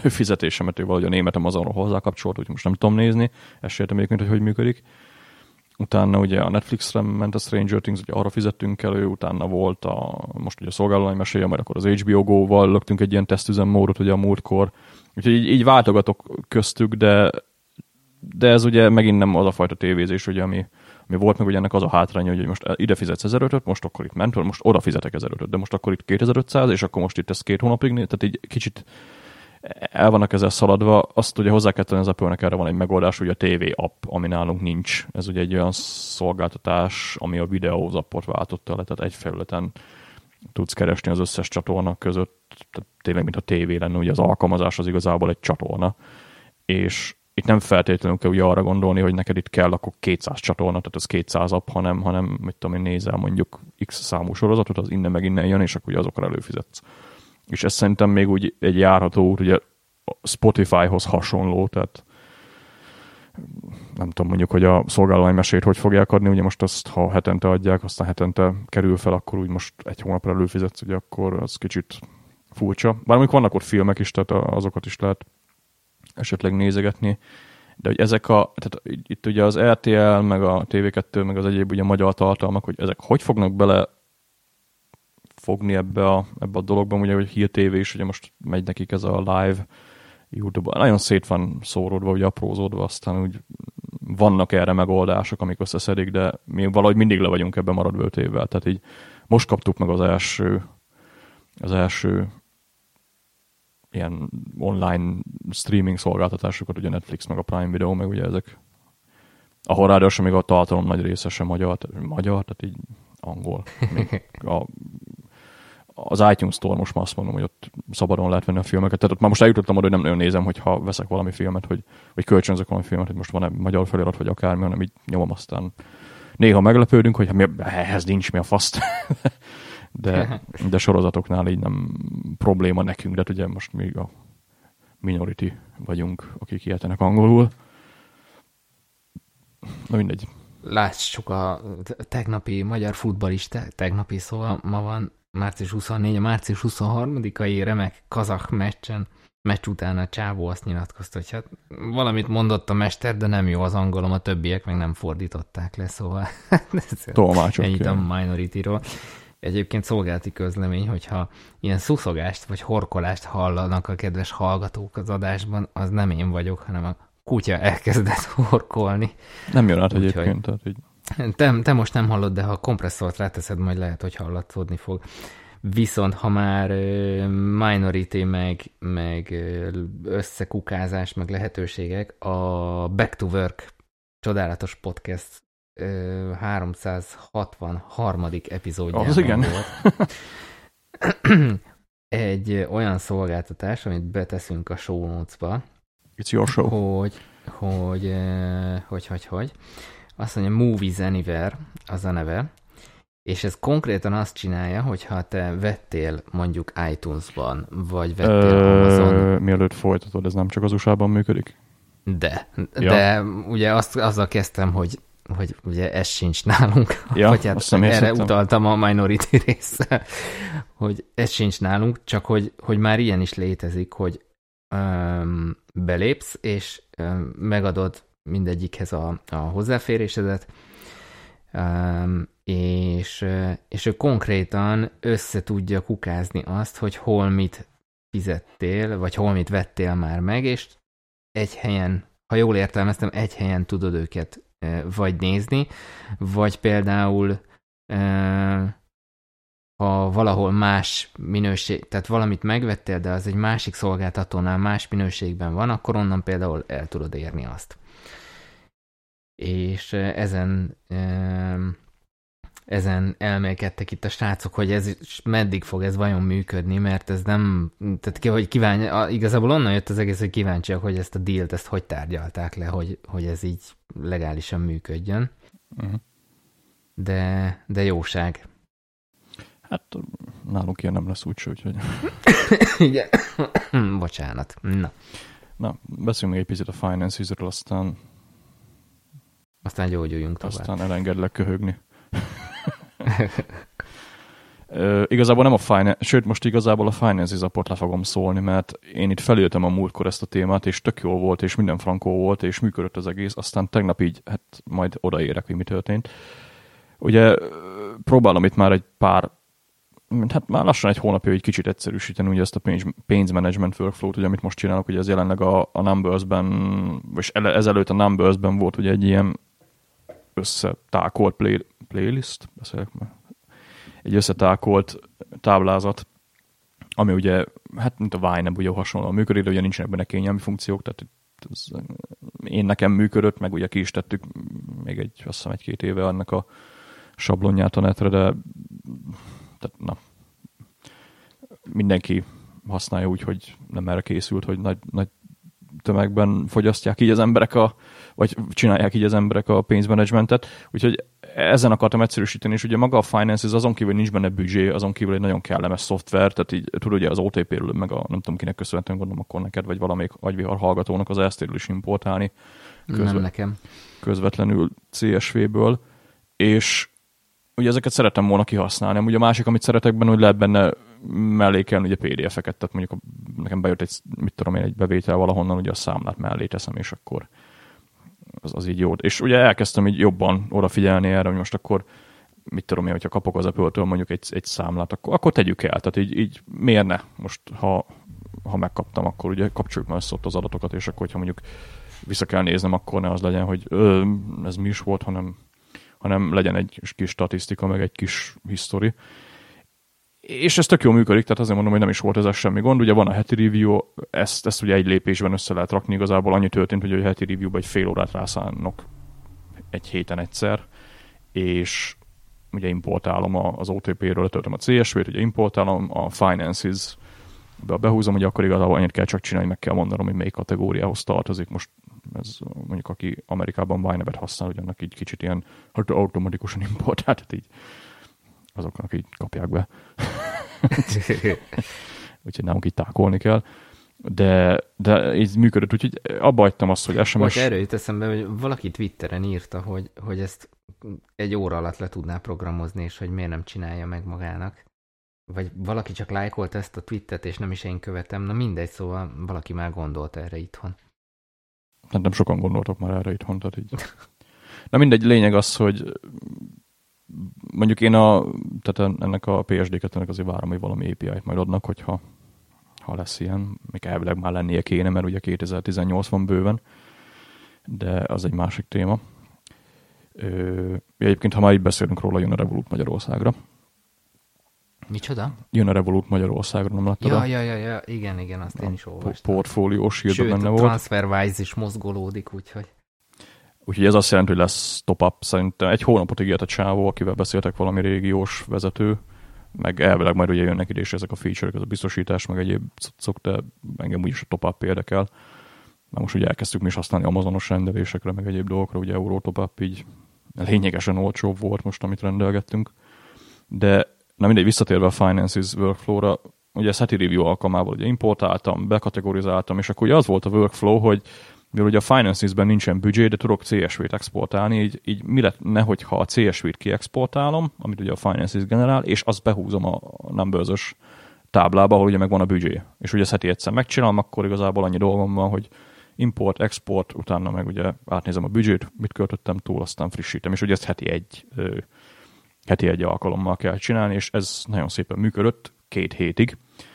előfizetésemet valahogy a németem azonról hozzá kapcsolt, úgyhogy most nem tudom nézni, ezt értem egyébként, hogy működik. utána ugye a Netflixre ment a Stranger Things, ugye arra fizettünk elő, utána volt most ugye a szolgálói meséje, majd akkor az HBO Go-val löktünk egy ilyen tesztüzemmódot ugye a múltkor. Úgyhogy így váltogatok köztük, de ez ugye megint nem az a fajta tévézés, ugye, ami volt, meg ugye ennek az a hátránya, hogy most ide fizetsz 1500, most akkor itt ment, most oda fizetek 1500, de most akkor itt 2500, és akkor most itt ez 2 hónapig, tehát így kicsit el vannak ezzel szaladva. Azt ugye hozzá kell tenni, az Apple-nek erre van egy megoldás, hogy a TV app, ami nálunk nincs. Ez ugye egy olyan szolgáltatás, ami a videóz appot váltotta le, tehát egy felületen tudsz keresni az összes csatorna között, tehát tényleg, mint a tévé lenne, ugye az alkalmazás az igazából egy csatorna, és itt nem feltétlenül kell ugye arra gondolni, hogy neked itt kell akkor 200 csatorna, tehát ez 200 app, hanem mit tudom én, nézel mondjuk X számú sorozatot, az innen meg innen jön, és akkor ugye azokra előfizetsz. És ez szerintem még úgy egy járható út, ugye Spotifyhoz hasonló, tehát nem tudom mondjuk, hogy a szolgálói mesét hogy fogják adni, ugye most azt, ha hetente adják, aztán hetente kerül fel, akkor úgy most egy hónapra előfizetsz, ugye akkor az kicsit furcsa. Bár mondjuk vannak ott filmek is, tehát azokat is lehet esetleg nézegetni, de hogy ezek tehát itt ugye az RTL, meg a TV2, meg az egyéb ugye magyar tartalmak, hogy ezek hogy fognak bele fogni ebbe a dologban, ugye, hogy Hír TV is, ugye most megy nekik ez a live YouTube-ban. Nagyon szét van szóródva, ugye aprózódva, aztán úgy vannak erre megoldások, amik összeszedik, de mi valahogy mindig le vagyunk ebben maradva 5 évvel. Tehát így most kaptuk meg az első ilyen online streaming szolgáltatásokat, ugye Netflix, meg a Prime Video, meg ugye ezek, ahol ráadásul még a tartalom nagy része sem magyar, tehát így angol. Még az iTunes Store most már azt mondom, hogy ott szabadon lehet venni a filmeket. Tehát ott már most eljutottam oda, hogy nem nagyon nézem, hogyha veszek valami filmet, vagy kölcsönzök valami filmet, hogy most van-e magyar felirat, vagy akármi, hanem így nyomom, aztán néha meglepődünk, hogy ehhez nincs, mi a faszt. de sorozatoknál így nem probléma nekünk, de ugye most még a minority vagyunk, akik ilyetenek angolul. Na mindegy. Lássuk a tegnapi magyar futballista, szóval ma van március 24, a március 23-ai remek kazakh meccs után a csávó azt nyilatkozta, hogy hát valamit mondott a mester, de nem jó az angolom, a többiek meg nem fordították le, szóval tolmácsok. Ennyit a Minority-ról. Egyébként szolgálati közlemény, hogyha ilyen szuszogást vagy horkolást hallanak a kedves hallgatók az adásban, az nem én vagyok, hanem a kutya elkezdett horkolni. Nem jön át egyébként. Tehát így... Te most nem hallod, de ha a kompresszort ráteszed, majd lehet, hogy hallatszódni fog. Viszont ha már minority, meg összekukázás, meg lehetőségek, a Back to Work csodálatos podcast 363. epizódjában az igen. volt. Egy olyan szolgáltatás, amit beteszünk a show notes-ba. It's your show. Hogy azt mondja, Movies Anywhere, az a neve, és ez konkrétan azt csinálja, hogyha te vettél mondjuk iTunes-ban, vagy vettél Amazon... Mielőtt folytatod, ez nem csak az USA-ban működik? De ugye azzal kezdtem, hogy ugye ez sincs nálunk, vagy hát erre utaltam a minority része, hogy ez sincs nálunk, csak hogy már ilyen is létezik, hogy belépsz, és megadod mindegyikhez a hozzáférésedet, és ő konkrétan össze tudja kukázni azt, hogy hol mit fizettél, vagy hol mit vettél már meg, és egy helyen, ha jól értelmeztem, egy helyen tudod őket vagy nézni, vagy például ha valahol más minőség, tehát valamit megvettél, de az egy másik szolgáltatónál más minőségben van, akkor onnan például el tudod érni azt. És ezen elmélkedtek itt a srácok, hogy ez meddig fog ez vajon működni, mert ez nem, tehát igazából onnan jött az egész, hogy kíváncsiak, hogy ezt a dealt, ezt hogy tárgyalták le, hogy ez így legálisan működjön. Uh-huh. De jóság. Hát nálunk ilyen nem lesz úgyhogy... Igen. Bocsánat. Na, beszéljünk még egy picit a Finances-ről, aztán gyógyuljunk tovább. Aztán elengedlek köhögni. Igazából nem a Finance, sőt most igazából a Finances appot le fogom szólni, mert én itt felültem a múltkor ezt a témát, és tök jó volt, és minden frankó volt, és működött az egész, aztán tegnap így, hát majd odaérek, hogy mi történt. Ugye próbálom itt már hát már lassan egy hónapja egy kicsit egyszerűsíteni ugye ezt a pénzmanagement workflow-t, ugye, amit most csinálok, ugye ez jelenleg a Numbers-ben, vagy ezelőtt a Numbers-ben volt ugye egy ilyen összetákolt playlist, beszélek már. Egy összetákolt táblázat, ami ugye, hát mint a Vine, ugye hasonlóan működik, de ugye nincsenek benne kényelmi funkciók, tehát én nekem működött, meg ugye ki is tettük még azt hiszem 1-2 éve annak a sablonját a netre, de tehát, na, mindenki használja úgy, hogy nem erre készült, hogy nagy tömegben fogyasztják így az emberek vagy csinálják így az emberek a pénzmenedzsmentet. Úgyhogy ezen akartam egyszerűsíteni, és ugye maga a Finances azon kívül, hogy nincs benne büdzsé, azon kívül egy nagyon kellemes szoftver, tehát így tudod, ugye az OTP-ről, meg nem tudom kinek köszönhetően, gondolom akkor neked, vagy valamelyik agyvihar hallgatónak az EST-ről is importálni. Nem nekem. Közvetlenül CSV-ből, és ugye ezeket szeretem volna kihasználni. Ugye a másik, amit szeretek benne, hogy lehet benne mellékelni ugye PDF-eket, tehát mondjuk nekem bejött egy bevétel valahonnan, ugye a számlát mellé teszem, és akkor az így jó. És ugye elkezdtem így jobban odafigyelni erre, hogy most akkor hogyha kapok az Apple-től mondjuk egy számlát, akkor tegyük el. Tehát így miért ne? Most ha megkaptam, akkor ugye kapcsoljuk már össze ott az adatokat, és akkor, hogyha mondjuk vissza kell néznem, akkor ne az legyen, hogy ez mi is volt, hanem legyen egy kis statisztika, meg egy kis history. És ez tök jól működik, tehát azért mondom, hogy nem is volt ez semmi gond. Ugye van a heti review, ezt ugye egy lépésben össze lehet rakni, igazából annyi történt, hogy a heti review-ba egy fél órát rászánok egy héten egyszer, és ugye importálom az OTP-ről, letöltöm a CSV-t, ugye importálom a Finances-be behúzom, hogy akkor igazából annyit kell csak csinálni, meg kell mondanom, hogy melyik kategóriához tartozik. Most ez mondjuk, aki Amerikában Vine-et használ, ugye annak így kicsit ilyen automatikusan importál, tehát így azoknak így kapják be. Úgyhogy nálunk így tákolni kell. De így működött, úgyhogy abba hagytam azt, hogy SMS... Most erről jut eszembe, hogy valaki Twitteren írta, hogy ezt egy óra alatt le tudná programozni, és hogy miért nem csinálja meg magának. Vagy valaki csak lájkolt ezt a tweetet, és nem is én követem. Na mindegy, szóval valaki már gondolt erre itthon. Hát nem sokan gondoltok már erre itthon, tehát így. Na mindegy, lényeg az, hogy mondjuk én tehát ennek a PSD2-nek azért várom, hogy valami API-t majd adnak, hogyha lesz ilyen. Még elvileg már lennie kéne, mert ugye 2018 van bőven, de az egy másik téma. Egyébként, ha már így beszélünk róla, jön a Revolut Magyarországra. Micsoda? Jön a Revolut Magyarországra, nem láttad? Ja, igen, azt én is olvastam. Portfólió shieldben benne volt. Sőt, a TransferWise is mozgolódik, úgyhogy ez azt jelenti, hogy lesz top-up. Szerintem egy hónapot ígért a csávó, akivel beszéltek, valami régiós vezető, meg elvileg majd ugye jönnek ide is ezek a feature-ek, ez a biztosítás, meg egyéb cuccok, de engem úgyis a top-up érdekel. Mert most ugye elkezdtük mi is használni Amazonos rendelésekre, meg egyéb dolgokra, ugye Euro top-up így lényegesen olcsóbb volt most, amit rendelgettünk. De na mindegy, visszatérve a Finances workflow-ra, ugye ezt heti review alkalmával ugye importáltam, bekategorizáltam, és akkor ugye az volt a workflow, hogy mivel ugye a Finances-ben nincsen büdzsé, de tudok CSV-t exportálni, így mi lehetne, hogyha a CSV-t kiexportálom, amit ugye a Finances generál, és azt behúzom a Numbers-ös táblába, ahol ugye meg van a büdzsé. És ugye ezt heti egyszer megcsinálom, akkor igazából annyi dolgom van, hogy import, export, utána meg ugye átnézem a büdzsét, mit költöttem túl, aztán frissítem, és ugye ezt heti egy alkalommal kell csinálni, és ez nagyon szépen működött 2 hétig,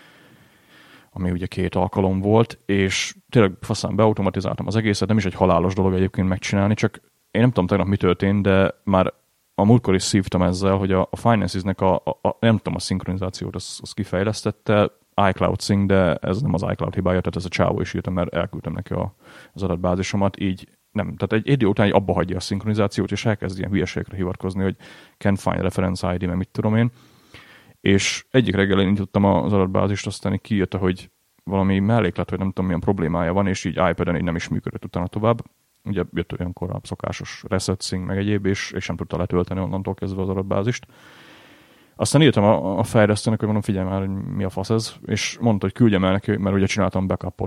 ami ugye 2 alkalom volt, és tényleg faszán beautomatizáltam az egészet, nem is egy halálos dolog egyébként megcsinálni, csak én nem tudom tegnap mi történt, de már a múltkor is szívtam ezzel, hogy a Finances-nek nem tudom, a szinkronizációt azt kifejlesztette, iCloud Sync, de ez nem az iCloud hibája, tehát ez a csávó is írta, mert elküldtem neki az adatbázisomat, így nem. Tehát egy idő után abba hagyja a szinkronizációt, és elkezd ilyen hülyeségekre hivatkozni, hogy can't find reference ID, mert mit tudom én. És egyik reggel indítottam az adatbázist, aztán kijött, hogy valami melléklet, hogy nem tudom milyen problémája van, és így iPad-en így nem is működött utána tovább. Ugye jött olyankor a szokásos reset sync, meg egyéb, és nem tudta letölteni onnantól kezdve az adatbázist. Aztán írtam a fejlesztőnek, hogy mondom, figyelj már, hogy mi a fasz ez, és mondta, hogy küldjem el neki, mert ugye csináltam backupot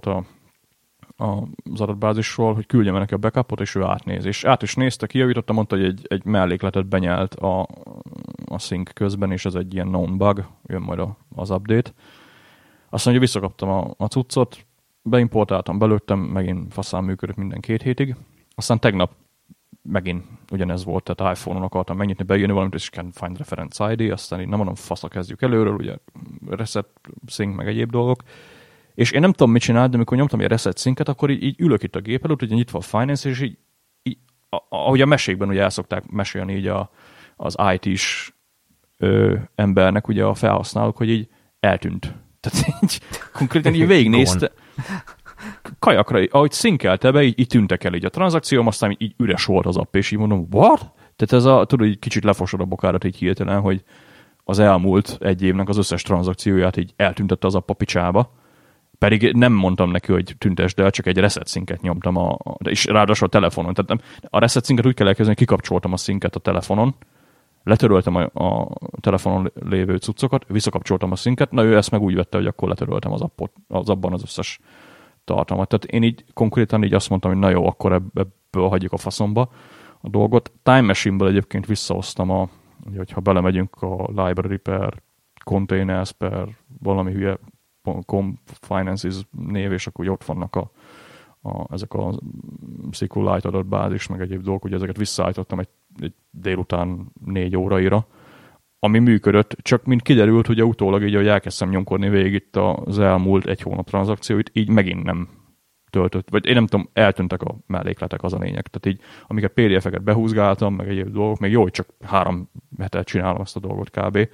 az adatbázisról, hogy küldjem el neki a backupot, és ő átnéz. És át is nézte, kijavította, mondta, hogy egy mellékletet benyelt a sync közben, és ez egy ilyen known bug, jön majd az update. Azt mondja, visszakaptam a cuccot, beimportáltam, belőttem, megint faszán működött minden 2 hétig. Aztán tegnap megint ugyanez volt, tehát iPhone-on akartam megnyitni, bejönni valamit, és can find reference ID, aztán így nem mondom, faszra kezdjük előről, ugye reset sync, meg egyéb dolgok. És én nem tudom, mit csinálni, de amikor nyomtam egy reset sync-et, akkor így ülök itt a gép előtt, ugye nyitva a Finance, és így ahogy a mesékben ugye el szokták mesélni így az IT-s embernek ugye a felhasználók, hogy így eltűnt. Tehát így konkrétan így végignézte. Kajakra, ahogy szinkelte be, így tűntek el így a tranzakcióm, aztán így üres volt az app, és így mondom, what? Tehát tudod, így kicsit lefosod a bokárat így hirtelen, hogy az elmúlt egy évnek az összes tranzakcióját így eltüntette az app a picsába. Pedig nem mondtam neki, hogy tüntesd el, csak egy reset sync-et nyomtam, és ráadásul a telefonon. Tehát a reset sync-et úgy kell elkezdeni, hogy kikapcsoltam a sync-et a telefonon, letöröltem a telefonon lévő cuccokat, visszakapcsoltam a sync-et, na ő ezt meg úgy vette, hogy akkor letöröltem az appot, abban az összes tartalmat. Tehát én így konkrétan így azt mondtam, hogy na jó, akkor ebből hagyjuk a faszomba a dolgot. Time Machine-ből egyébként visszahoztam hogyha belemegyünk a library per containers per valami hülye Finances név, és akkor ott vannak ezek a SQLite adatbázis, meg egyéb dolgok, ugye ezeket visszaállítottam egy délután 4 óraira, ami működött, csak mint kiderült, ugye utólag így, hogy elkezdtem nyomkodni végig itt az elmúlt 1 hónap tranzakcióit, így megint nem töltött, vagy én nem tudom, eltűntek a mellékletek, az a lényeg. Tehát így, amiket PDF-eket behúzgáltam, meg egyéb dolgok, még jó, hogy csak 3 hetet csinálom ezt a dolgot kb.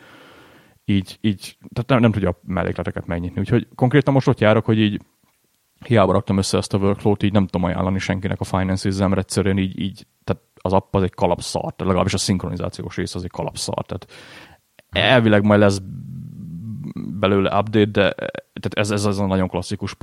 Így tehát nem tudja a mellékleteket megnyitni. Úgyhogy konkrétan most ott járok, hogy így hiába raktam össze ezt a workflow-t, így nem tudom ajánlani senkinek a Finances-zel, mert egyszerűen így tehát az app az egy kalapszart, legalábbis a szinkronizációs rész az egy kalapszart. Tehát elvileg majd lesz belőle update, de tehát ez a nagyon klasszikus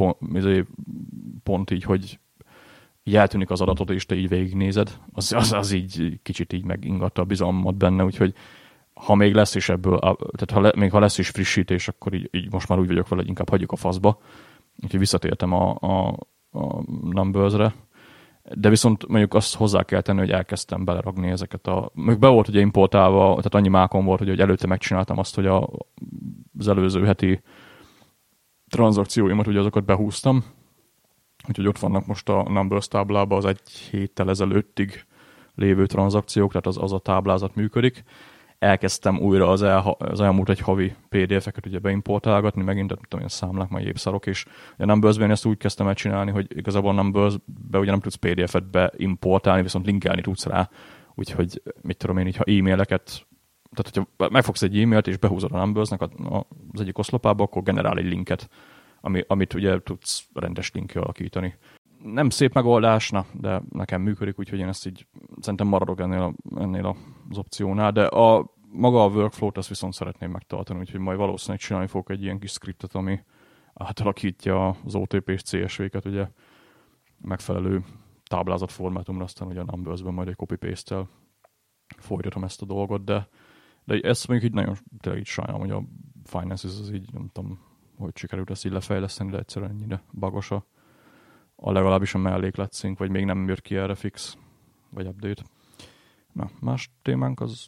pont így, hogy így eltűnik az adatot, és te így végignézed. Az így kicsit így megingatta a bizalmat benne, úgyhogy ha még lesz is ebből, tehát még ha lesz is frissítés, akkor így most már úgy vagyok vele, hogy inkább hagyjuk a faszba. Úgyhogy visszatértem a Numbers-re. De viszont mondjuk azt hozzá kell tenni, hogy elkezdtem beleragni ezeket még be volt ugye importálva, tehát annyi mákon volt, hogy előtte megcsináltam azt, hogy az előző heti tranzakcióimat, ugye azokat behúztam. Úgyhogy ott vannak most a Numbers táblában az 1 héttel ezelőttig lévő tranzakciók, tehát az a táblázat működik. Elkezdtem újra az elmúlt egy havi PDF-eket ugye beimportálgatni, megint tudom, ilyen számlák, majd egyéb szarok, és a Numbers-ben ezt úgy kezdtem el csinálni, hogy igazából a Numbers-be ugye nem tudsz PDF-et beimportálni, viszont linkelni tudsz rá, úgyhogy mit tudom én, így, ha e-maileket, tehát hogyha megfogsz egy e-mailt és behúzod a Numbers-nek az egyik oszlopába, akkor generál egy linket, amit ugye tudsz rendes linkkel alakítani. Nem szép megoldás, de nekem működik, úgyhogy én ezt így szerintem maradok ennél az opciónál, de maga a workflow-t azt viszont szeretném megtartani, úgyhogy majd valószínűleg csinálni fogok egy ilyen kis scriptet, ami átalakítja az OTP és CSV-ket ugye megfelelő táblázatformátumra, aztán ugye a Numbers-ben majd egy copy-paste-tel folytatom ezt a dolgot, de ezt mondjuk így nagyon tényleg így sajnálom, hogy a Finances az így nem tudom, hogy sikerült ezt így lefejleszteni, de egyszerűen ennyire bagos legalábbis a mellékletszink, vagy még nem jött ki erre fix, vagy update. Na, más témánk az...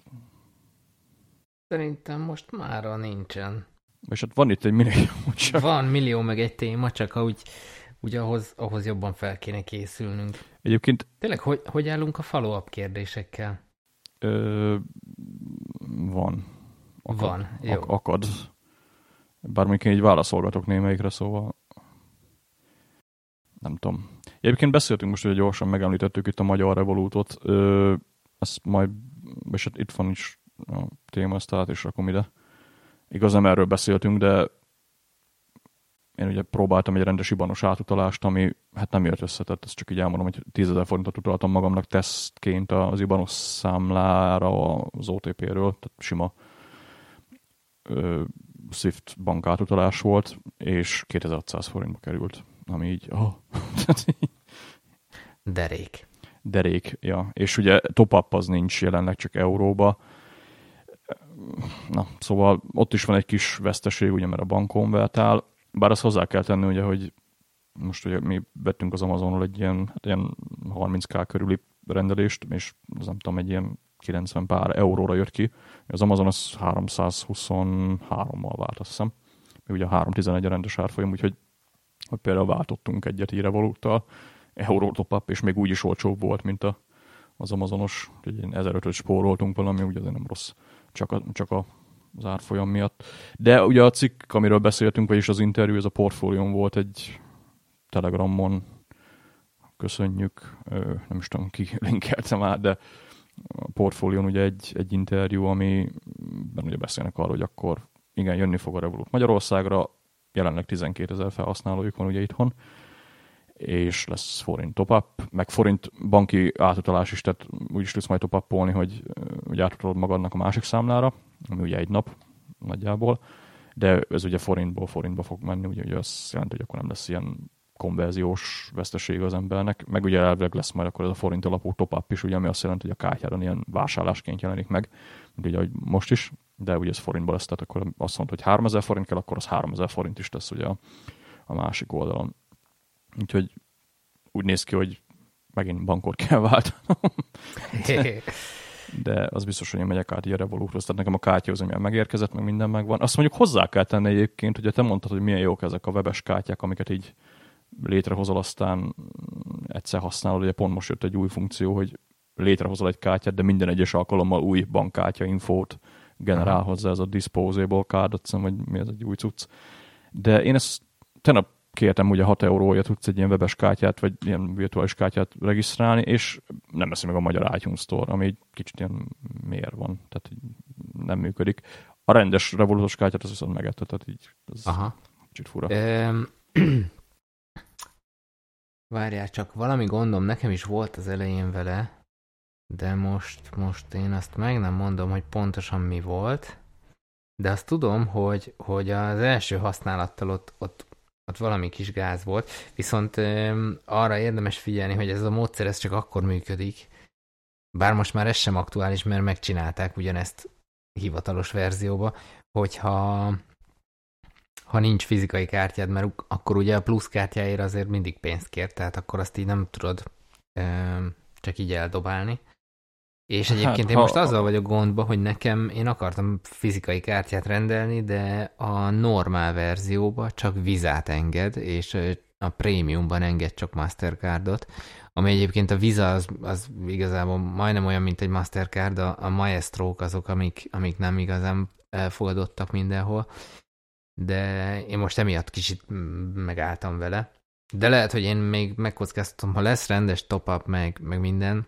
Szerintem most mára nincsen. És hát van itt egy millió. Csak... Van millió meg egy téma, csak úgy ahhoz jobban fel kéne készülnünk. Egyébként... Tényleg, hogy állunk a follow-up kérdésekkel? Van. Van, jó. Akad. Bár mondjuk én így válaszolgatok némelyikre, szóval... Nem tudom. Egyébként beszéltünk most, hogy gyorsan megemlítettük itt a Magyar Revolutot. Ezt majd, és hát itt van is a téma, ezt át is rakom ide. Igaz, nem erről beszéltünk, de én ugye próbáltam egy rendes ibanos átutalást, ami hát nem jött össze, tehát ezt csak így elmondom, hogy 10 000 forintot utaltam magamnak tesztként az ibanos számlára az OTP-ről, tehát sima Swift bank átutalás volt, és 2600 forintba került. Ami így, Derék, ja. És ugye top-up az nincs jelenleg, csak euróba. Na, szóval ott is van egy kis veszteség, ugye, mert a bank konvertál. Bár azt hozzá kell tenni, ugye, hogy most ugye mi vettünk az Amazonról egy ilyen 30k körüli rendelést, és az nem tudom, egy ilyen 90 pár euróra jött ki. Az Amazon az 323-mal vált, azt hiszem. Még ugye 311 a rendes árfolyam, úgyhogy például váltottunk egyet e-Revoluttal, euró top-up, és még úgy is olcsóbb volt, mint az Amazonos. Úgyhogy 1500-öt spóroltunk valami, ugye azért nem rossz, csak az árfolyam miatt. De ugye a cikk, amiről beszéltünk, vagyis az interjú, ez a portfólión volt egy Telegramon, köszönjük, nem is tudom, ki linkeltem már, de a portfólión ugye egy interjú, amiben ugye beszélnek arról, hogy akkor igen, jönni fog a Revolut Magyarországra, jelenleg 12 000 felhasználójuk van ugye itthon, és lesz forint top-up, meg forint banki átutalás is, tehát úgy is tudsz majd top-upolni, hogy átutalod magadnak a másik számlára, ami ugye egy nap nagyjából, de ez ugye forintba fog menni, ugye azt jelenti, hogy akkor nem lesz ilyen konverziós veszteség az embernek, meg ugye elvileg lesz majd akkor ez a forint alapú top-up is, ugye, ami azt jelenti, hogy a kártyáron ilyen vásárlásként jelenik meg, mint ugye, ahogy most is, de ugye ez forintba lesz, tehát akkor azt mondta, hogy 3000 forint kell, akkor az 3000 forint is lesz ugye a másik oldalon. Úgyhogy úgy néz ki, hogy megint bankot kell váltanom. De az biztos, hogy én megyek át így a Revoluthoz, tehát nekem a kártya az, amivel megérkezett, meg minden megvan. Azt mondjuk hozzá kell tenni egyébként, hogy te mondtad, hogy milyen jók ezek a webes kártyák, amiket így létrehozol, aztán egyszer használod, ugye pont most jött egy új funkció, hogy létrehozol egy kártyát, de minden egyes alkalommal új bankkártya infót generál hozzá, ez a disposable card, azt hiszem, vagy mi ez egy új cucc. De én ezt tegnap kértem, ugye 6 euróért tudsz egy ilyen webes kártyát, vagy ilyen virtuális kártyát regisztrálni, és nem veszi meg a magyar iTunes Store, ami egy kicsit ilyen mér van, tehát nem működik. A rendes Revolutos kártyát az viszont megette, tehát így ez kicsit fura. Várjál, csak valami gondom nekem is volt az elején vele, de most én azt meg nem mondom, hogy pontosan mi volt, de azt tudom, hogy az első használattal ott valami kis gáz volt, viszont arra érdemes figyelni, hogy ez a módszer ez csak akkor működik, bár most már ez sem aktuális, mert megcsinálták ugyanezt hivatalos verzióba, hogyha nincs fizikai kártyád, mert akkor ugye a plusz kártyáért azért mindig pénzt kér, tehát akkor azt így nem tudod csak így eldobálni. És egyébként én most azzal vagyok gondban, hogy én akartam fizikai kártyát rendelni, de a normál verzióban csak Vizát enged, és a prémiumban enged csak Mastercardot, ami egyébként a Visa az igazából majdnem olyan, mint egy Mastercard, a Maestro-k azok, amik nem igazán elfogadottak mindenhol, de én most emiatt kicsit megálltam vele. De lehet, hogy én még megkockáztatom, ha lesz rendes top-up, meg minden,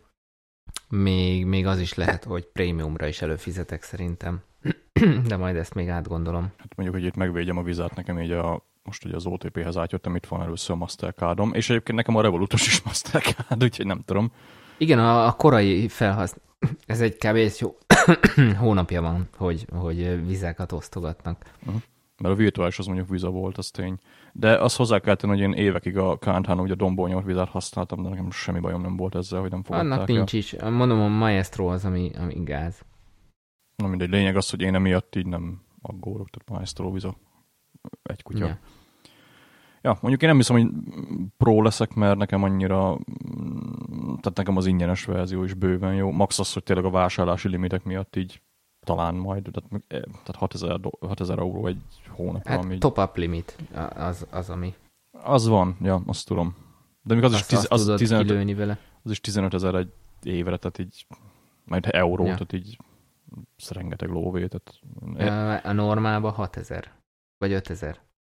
még az is lehet, hogy prémiumra is előfizetek szerintem. De majd ezt még átgondolom. Hát mondjuk, hogy itt megvédjem a Vizát, nekem így most ugye az OTP-hez átjöttem, itt van először a Mastercardom, és egyébként nekem a Revolutos is Mastercard, úgyhogy nem tudom. Igen, a korai ez egy kb. Jó hónapja van, hogy vizákat osztogatnak. Mert a virtuális az mondjuk Visa volt, az tény. De azt hozzá kell tenni, hogy én évekig a Kántán ugye a dombolnyomott Vizát használtam, de nekem semmi bajom nem volt ezzel, hogy nem fogadták. Annak nincs is. Mondom, a Maestro az, ami gáz. Na mindegy, lényeg az, hogy én emiatt így nem aggódok, tehát Maestro Visa egy kutya. Ja, mondjuk én nem hiszem, hogy pro leszek, mert nekem annyira, tehát nekem az ingyenes verzió is bőven jó. Max az, hogy tényleg a vásárlási limitek miatt így talán majd, tehát 6000 euró egy hónapra. Hát top-up limit az, ami... Az van, ja, azt tudom. De még az is 15 000 egy évre, tehát így majd euró, tehát így rengeteg lóvé. Tehát... A normálban 6000, vagy 5000.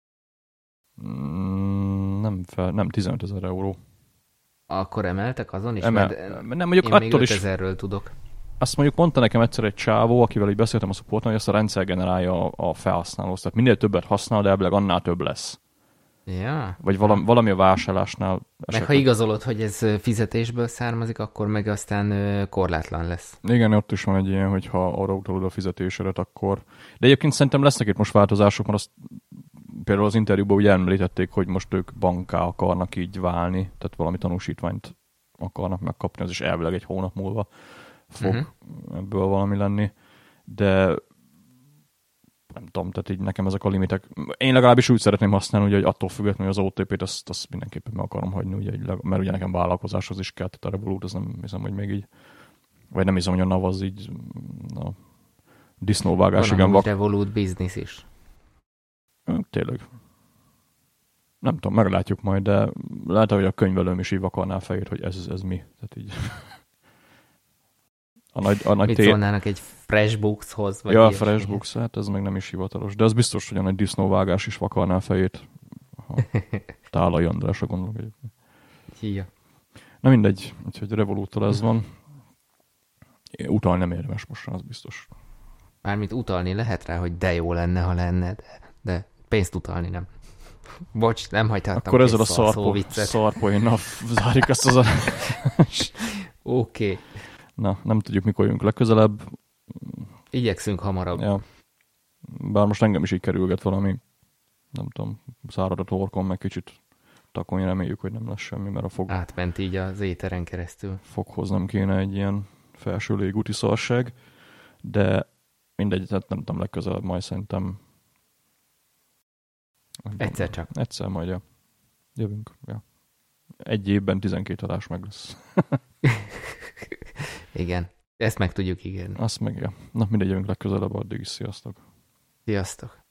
Nem 15 000 euró. Akkor emeltek azon is? Nem, mondjuk én attól még 5000-ről tudok. Azt mondjuk mondta nekem egyszer egy csávó, akivel így beszéltem a supporton, hogy ezt a rendszer generálja a felhasználót. Tehát minél többet használ, de ebből annál több lesz. Ja. Vagy valami a vásárlásnál. Meg ha igazolod, hogy ez fizetésből származik, akkor meg aztán korlátlan lesz. Igen, ott is van egy ilyen, hogy ha arra utalod a fizetésedet, akkor... De egyébként szerintem lesznek itt most változások, mert azt például az interjúban úgy említették, hogy most ők banká akarnak így válni, tehát valami tanúsítványt akarnak megkapni, az is elvileg egy hónap múlva fog ebből valami lenni, de nem tudom, tehát így nekem ezek a limitek. Én legalábbis úgy szeretném használni, hogy attól függetlenül az OTP-t azt mindenképpen meg akarom hagyni, ugye, mert ugye nekem vállalkozáshoz is kell, tehát a Revolut, az nem hiszem, hogy még így Vagy nem hiszem, hogy a NAV az így a disznóvágás, Van igen. amúgy Revolut Business is. Tényleg. Nem tudom, meglátjuk majd, de lehet, hogy a könyvelőm is így vakarná a fejét, hogy ez mi. Tehát így... A nagy Mit szólnának egy FreshBooks-hoz? Vagy ja, a ilyesmihez? FreshBooks, hát ez meg nem is hivatalos. De az biztos, hogy a nagy disznóvágás is vakarná a fejét. Tálai Andrásra gondolok egyébként. Ja. Na mindegy, úgyhogy Revoluttal ez van. Utalni nem érdemes most, az biztos. Mármint utalni lehet rá, hogy de jó lenne, ha lenne, de pénzt utalni nem. Bocs, nem hagyhattam. Akkor ezzel a szóviccet. szarpoinnal zárjuk ezt az Oké. Na, nem tudjuk, mikor jönk legközelebb. Igyekszünk hamarabb. Ja. Bár most engem is így kerülget valami, nem tudom, szárad a torkom, meg kicsit takony, reméljük, hogy nem lesz semmi, mert a Átment így az éteren keresztül. foghoz nem kéne egy ilyen felső légúti szarság, de mindegy, tehát nem tudom, legközelebb majd szerintem Egyszer csak. egyszer majd, ja. Jövünk, ja. Egy évben 12 adás meg lesz. Igen. Ezt meg tudjuk ígérni. Azt meg, ja. Na, mindegy, jövünk legközelebb, addig is sziasztok. Sziasztok.